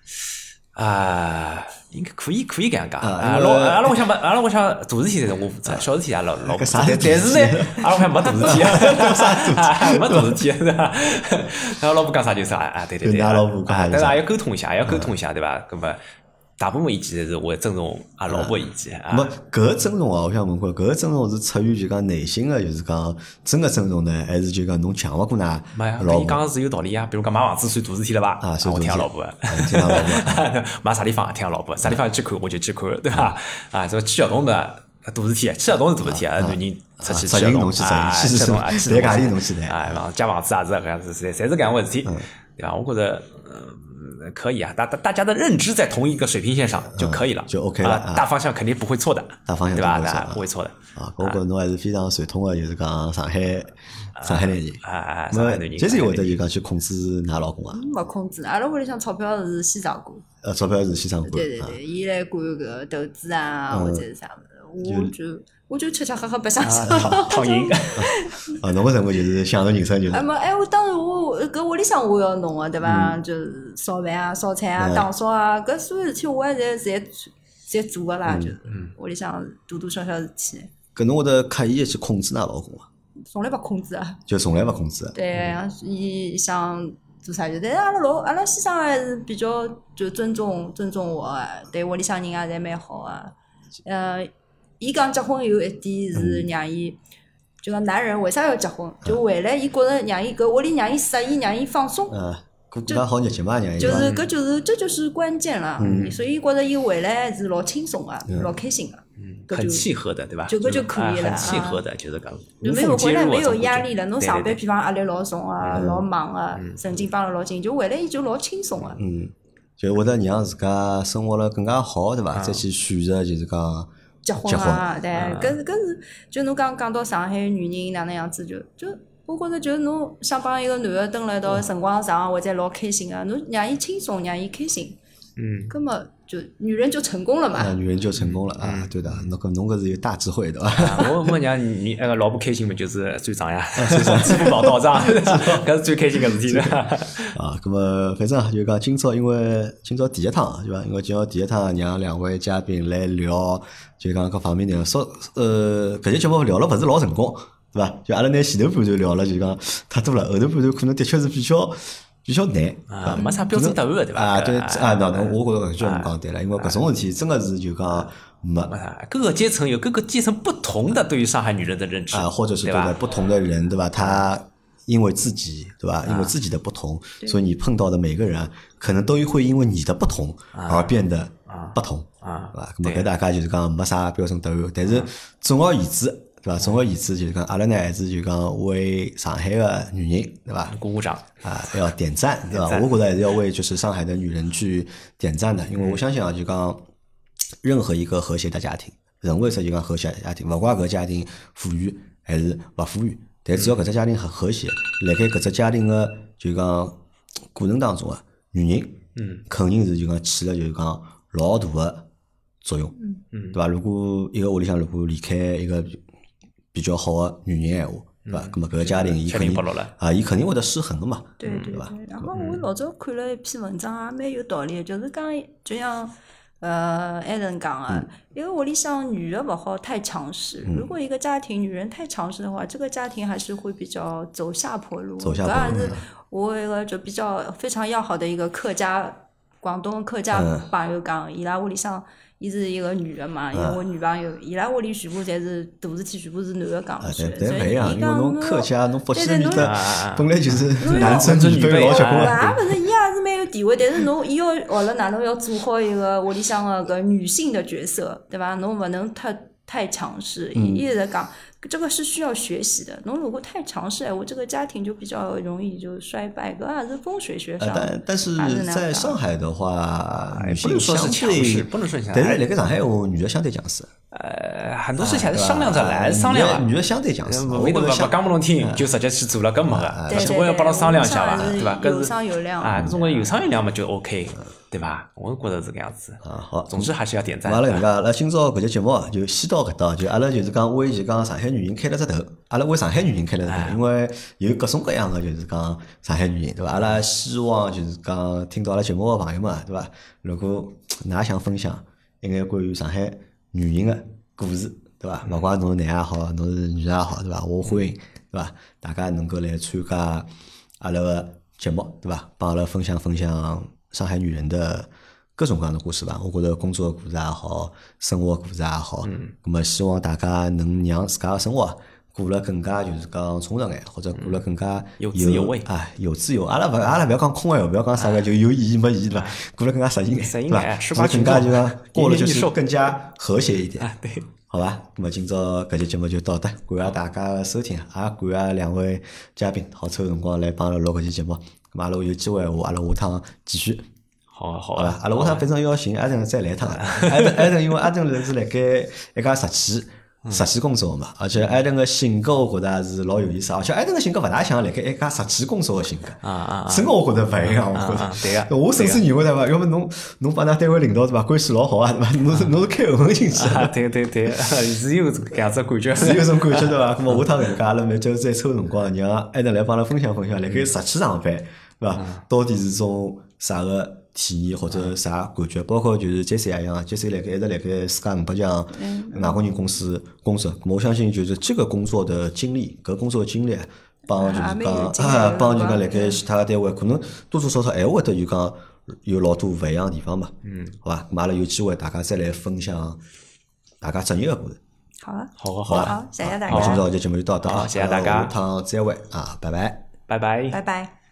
啊，应该可以，可以搿样讲。啊，老阿拉屋里向没，阿拉屋里向大事体侪是我负责，小事体也老老负责。但是呢，阿拉屋里向没大事体，没大事体，对伐？然后老婆讲啥就啥，啊，对对对。 老婆讲啥就啥。 但是也要沟通一下，也要沟通一下，对伐？搿么大部分意见侪是我尊重阿拉老婆意见。 没搿个尊重啊，我想问过，搿个尊重是出于就讲内心个，就是讲真个尊重呢，还是就讲侬强勿过㑚老婆？ 伊讲是有道理啊，比如讲买房子算大事体了吧？ 啊， 我听老婆， 听老婆。 买啥地方听老婆，啥地方去看我就去看，对伐？啊，这签合同的大事体，签合同是大事体啊，男人出去签合同啊，签合同啊， 签合同侬去谈啊，借房子也是搿样子，侪侪是搿样回事体，对伐？我觉着。可以啊，大大大家的认知在同一个水平线上就可以了， 就 OK 了。 大方向肯定不会错的， 大方向对吧？不会错的。 啊，我觉着侬还是非常传统的，就是讲上海上海男人。 啊啊，上海男人。 这是会得就讲去控制㑚老公啊？ 没控制，阿拉屋里向钞票是先生管。 呃，钞票是先生管。 对对对，伊来管搿投资啊，或者是啥物事，我就我就吃吃喝喝白相相。 躺赢。 啊，侬个任务就是享受人生，就是。 哎么，哎，我当然我搿屋里向我要弄个，对伐？就是烧饭啊、烧菜啊、打扫啊，搿所有事体我还侪侪侪做个啦，就是屋里向大大小小事体。 搿侬会得刻意去控制㑚老公伐？ 从来勿控制啊。 就从来勿控制。 对，伊想做啥就，但是阿拉老阿拉先生还是比较就尊重尊重我啊，对屋里向人也侪蛮好啊。呃，伊讲结婚有一点是让伊。就讲男人为啥要结婚？就为了伊觉着让伊搿屋里让伊适意，让伊放松。 嗯，过过好日节嘛，让伊。 就是搿就是这就是关键了。嗯。所以觉着伊回来是老轻松个，老开心个。 嗯。很契合的，对吧？ 就搿就可以了。 很契合的，就是讲。 没有回来没有压力了，侬上班比方压力老重啊，老忙啊，神经帮了老紧，就回来伊就老轻松个。 嗯。就会得让自家生活了更加好，对伐？再去选择就是讲。 结婚啊，对，搿是搿是，就侬刚讲到上海女人哪能样子，就就我觉着就是侬想帮一个男的蹲辣一道辰光长，或者老开心个，侬让伊轻松，让伊开心， 嗯， 葛末就女人就成功了嘛。 啊，女人就成功了啊，对的，侬搿侬搿是有大智慧的伐？ 我我让你那个老婆开心嘛，就是最涨呀，最涨，支付宝到账，搿是最开心个事体了。 啊，葛末反正就讲今朝，因为今朝第一趟对伐？因为今朝第一趟让两位嘉宾来聊。就讲各方面内容，说呃，搿节节目聊了勿是老成功，对伐？就阿拉拿前头半段聊了，就讲太多了，后头半段可能的确是比较比较难啊，没啥标准答案对伐？ 啊，对啊，那那我觉着搿句话讲对了，因为搿种事体真的是就讲没各个阶层有各个阶层不同的对于上海女人的认知啊，或者是对吧？不同的人对吧？他因为自己对吧？因为自己的不同，所以你碰到的每个人可能都会因为你的不同而变得不同。啊，对伐？咁么搿大家就是讲没啥标准答案，但是总而言之，对伐？总而言之就是讲，阿拉呢还是就讲为上海的女人，对伐？ 鼓鼓掌啊，要点赞，对伐？我觉得还是要为就是上海的女人去点赞的，因为我相信啊，就讲任何一个和谐的家庭，人为啥就讲和谐的家庭，勿怪搿家庭富裕还是勿富裕，但只要搿只家庭很和谐，辣盖搿只家庭的就讲过程当中啊，女人嗯肯定是就讲起了就是讲老大的作用，嗯嗯，对伐？如果一个屋里向如果离开一个比较好的女人闲话，对伐？咁么搿个家庭伊肯定啊，伊肯定会得失衡个嘛， 对对对。然后我老早看了一篇文章，也蛮有道理的，就是讲就像呃艾伦讲啊，一个屋里向女的勿好太强势，如果一个家庭女人太强势的话，这个家庭还是会比较走下坡路。 走下坡路。 搿也是我一个就比较非常要好的一个客家广东客家朋友讲，伊拉屋里向。伊是一个女的嘛，因为我女朋友，伊拉屋里全部侪是大事体，全部是男的讲出来。 但勿一样，因为侬客家，侬福建面的本来就是男尊女卑老结棍。 也勿是，伊也是蛮有地位，但是侬伊要学了哪能要做好一个屋里向个搿女性的角色，对伐？侬勿能太太强势。伊一直在讲，这个是需要学习的。侬如果太强势，我这个家庭就比较容易就衰败。搿也是风水学上。 但但是在上海的话，女性相对不能说强势， 但是辣盖上海话，女的相对强势。 呃，很多事情还是商量着来，商量啊。 女的相对强势， 我都勿勿讲拨侬听，就直接去做了，搿没个，总归要帮侬商量一下伐，对伐？搿是有商有量啊，总归有商有量嘛，就 OK。对吧？我觉得是搿样子啊。好， 总之还是要点赞。 阿拉搿能介，阿拉今朝搿节节目就先到搿搭，就阿拉就是讲为就讲上海女人开了只头，阿拉为上海女人开了只头，因为有各种各样的就是讲上海女人，对伐？阿拉希望就是讲听到阿拉节目的朋友们，对伐？如果㑚想分享一眼关于上海女人的故事，对伐？勿怪侬是男也好，侬是女也好，对伐？我欢迎，对伐？大家能够来参加阿拉个节目，对伐？帮阿拉分享分享。上海女人的各种各样的故事吧，我觉得工作的故事也好，生活的故事也好，嗯，那么希望大家能让自家的生活过了更加就是讲充实眼，或者过了更加有滋有味啊，有滋有。阿拉勿阿拉勿要讲空话，勿要讲啥个就有意义没意义了，过了更加实际眼，对吧？过了更加就讲过了就是更加和谐一点， 对。 好吧，那么今朝搿期节目就到这，感谢大家的收听，也感谢两位嘉宾好抽辰光来帮阿拉录搿期节目。咁阿拉有机会话，阿拉下趟继续。 好好啊，阿拉下趟反正要寻阿登再来一趟。阿登阿登因为阿登是辣盖一家实体实体工作嘛，而且阿登个性格我觉得也是老有意思，而且阿登个性格勿大像辣盖一家实体工作个性格。 啊啊真个我觉得勿一样，我觉得。 对个。 我甚至认为对伐？要么侬侬帮㑚单位领导对伐？关系老好啊，对伐？侬是侬是开后门进去啊？对对对，是有搿样子感觉， 是有种感觉对伐？咁么下趟搿能介阿拉每周再抽辰光，让阿登来帮阿拉分享分享，辣盖实体上班对伐？到底是种啥个体验或者啥感觉，包括就是 J C 也一样 ，J C 辣盖一直辣盖世界五百强外国人公司工作，我相信就是这个工作的经历，搿工作的经历，帮就是讲啊，帮就讲辣盖其他个单位，可能多多少少还会得就讲有老多勿一样的地方嘛，嗯，好吧，咁阿拉有机会大家再来分享大家职业个过程。 好啊， 好啊，好啊， 好，谢谢大好，今家， 朝这节目就到这啊， 好谢谢大家下趟再会啊，拜拜， 拜拜， 拜拜。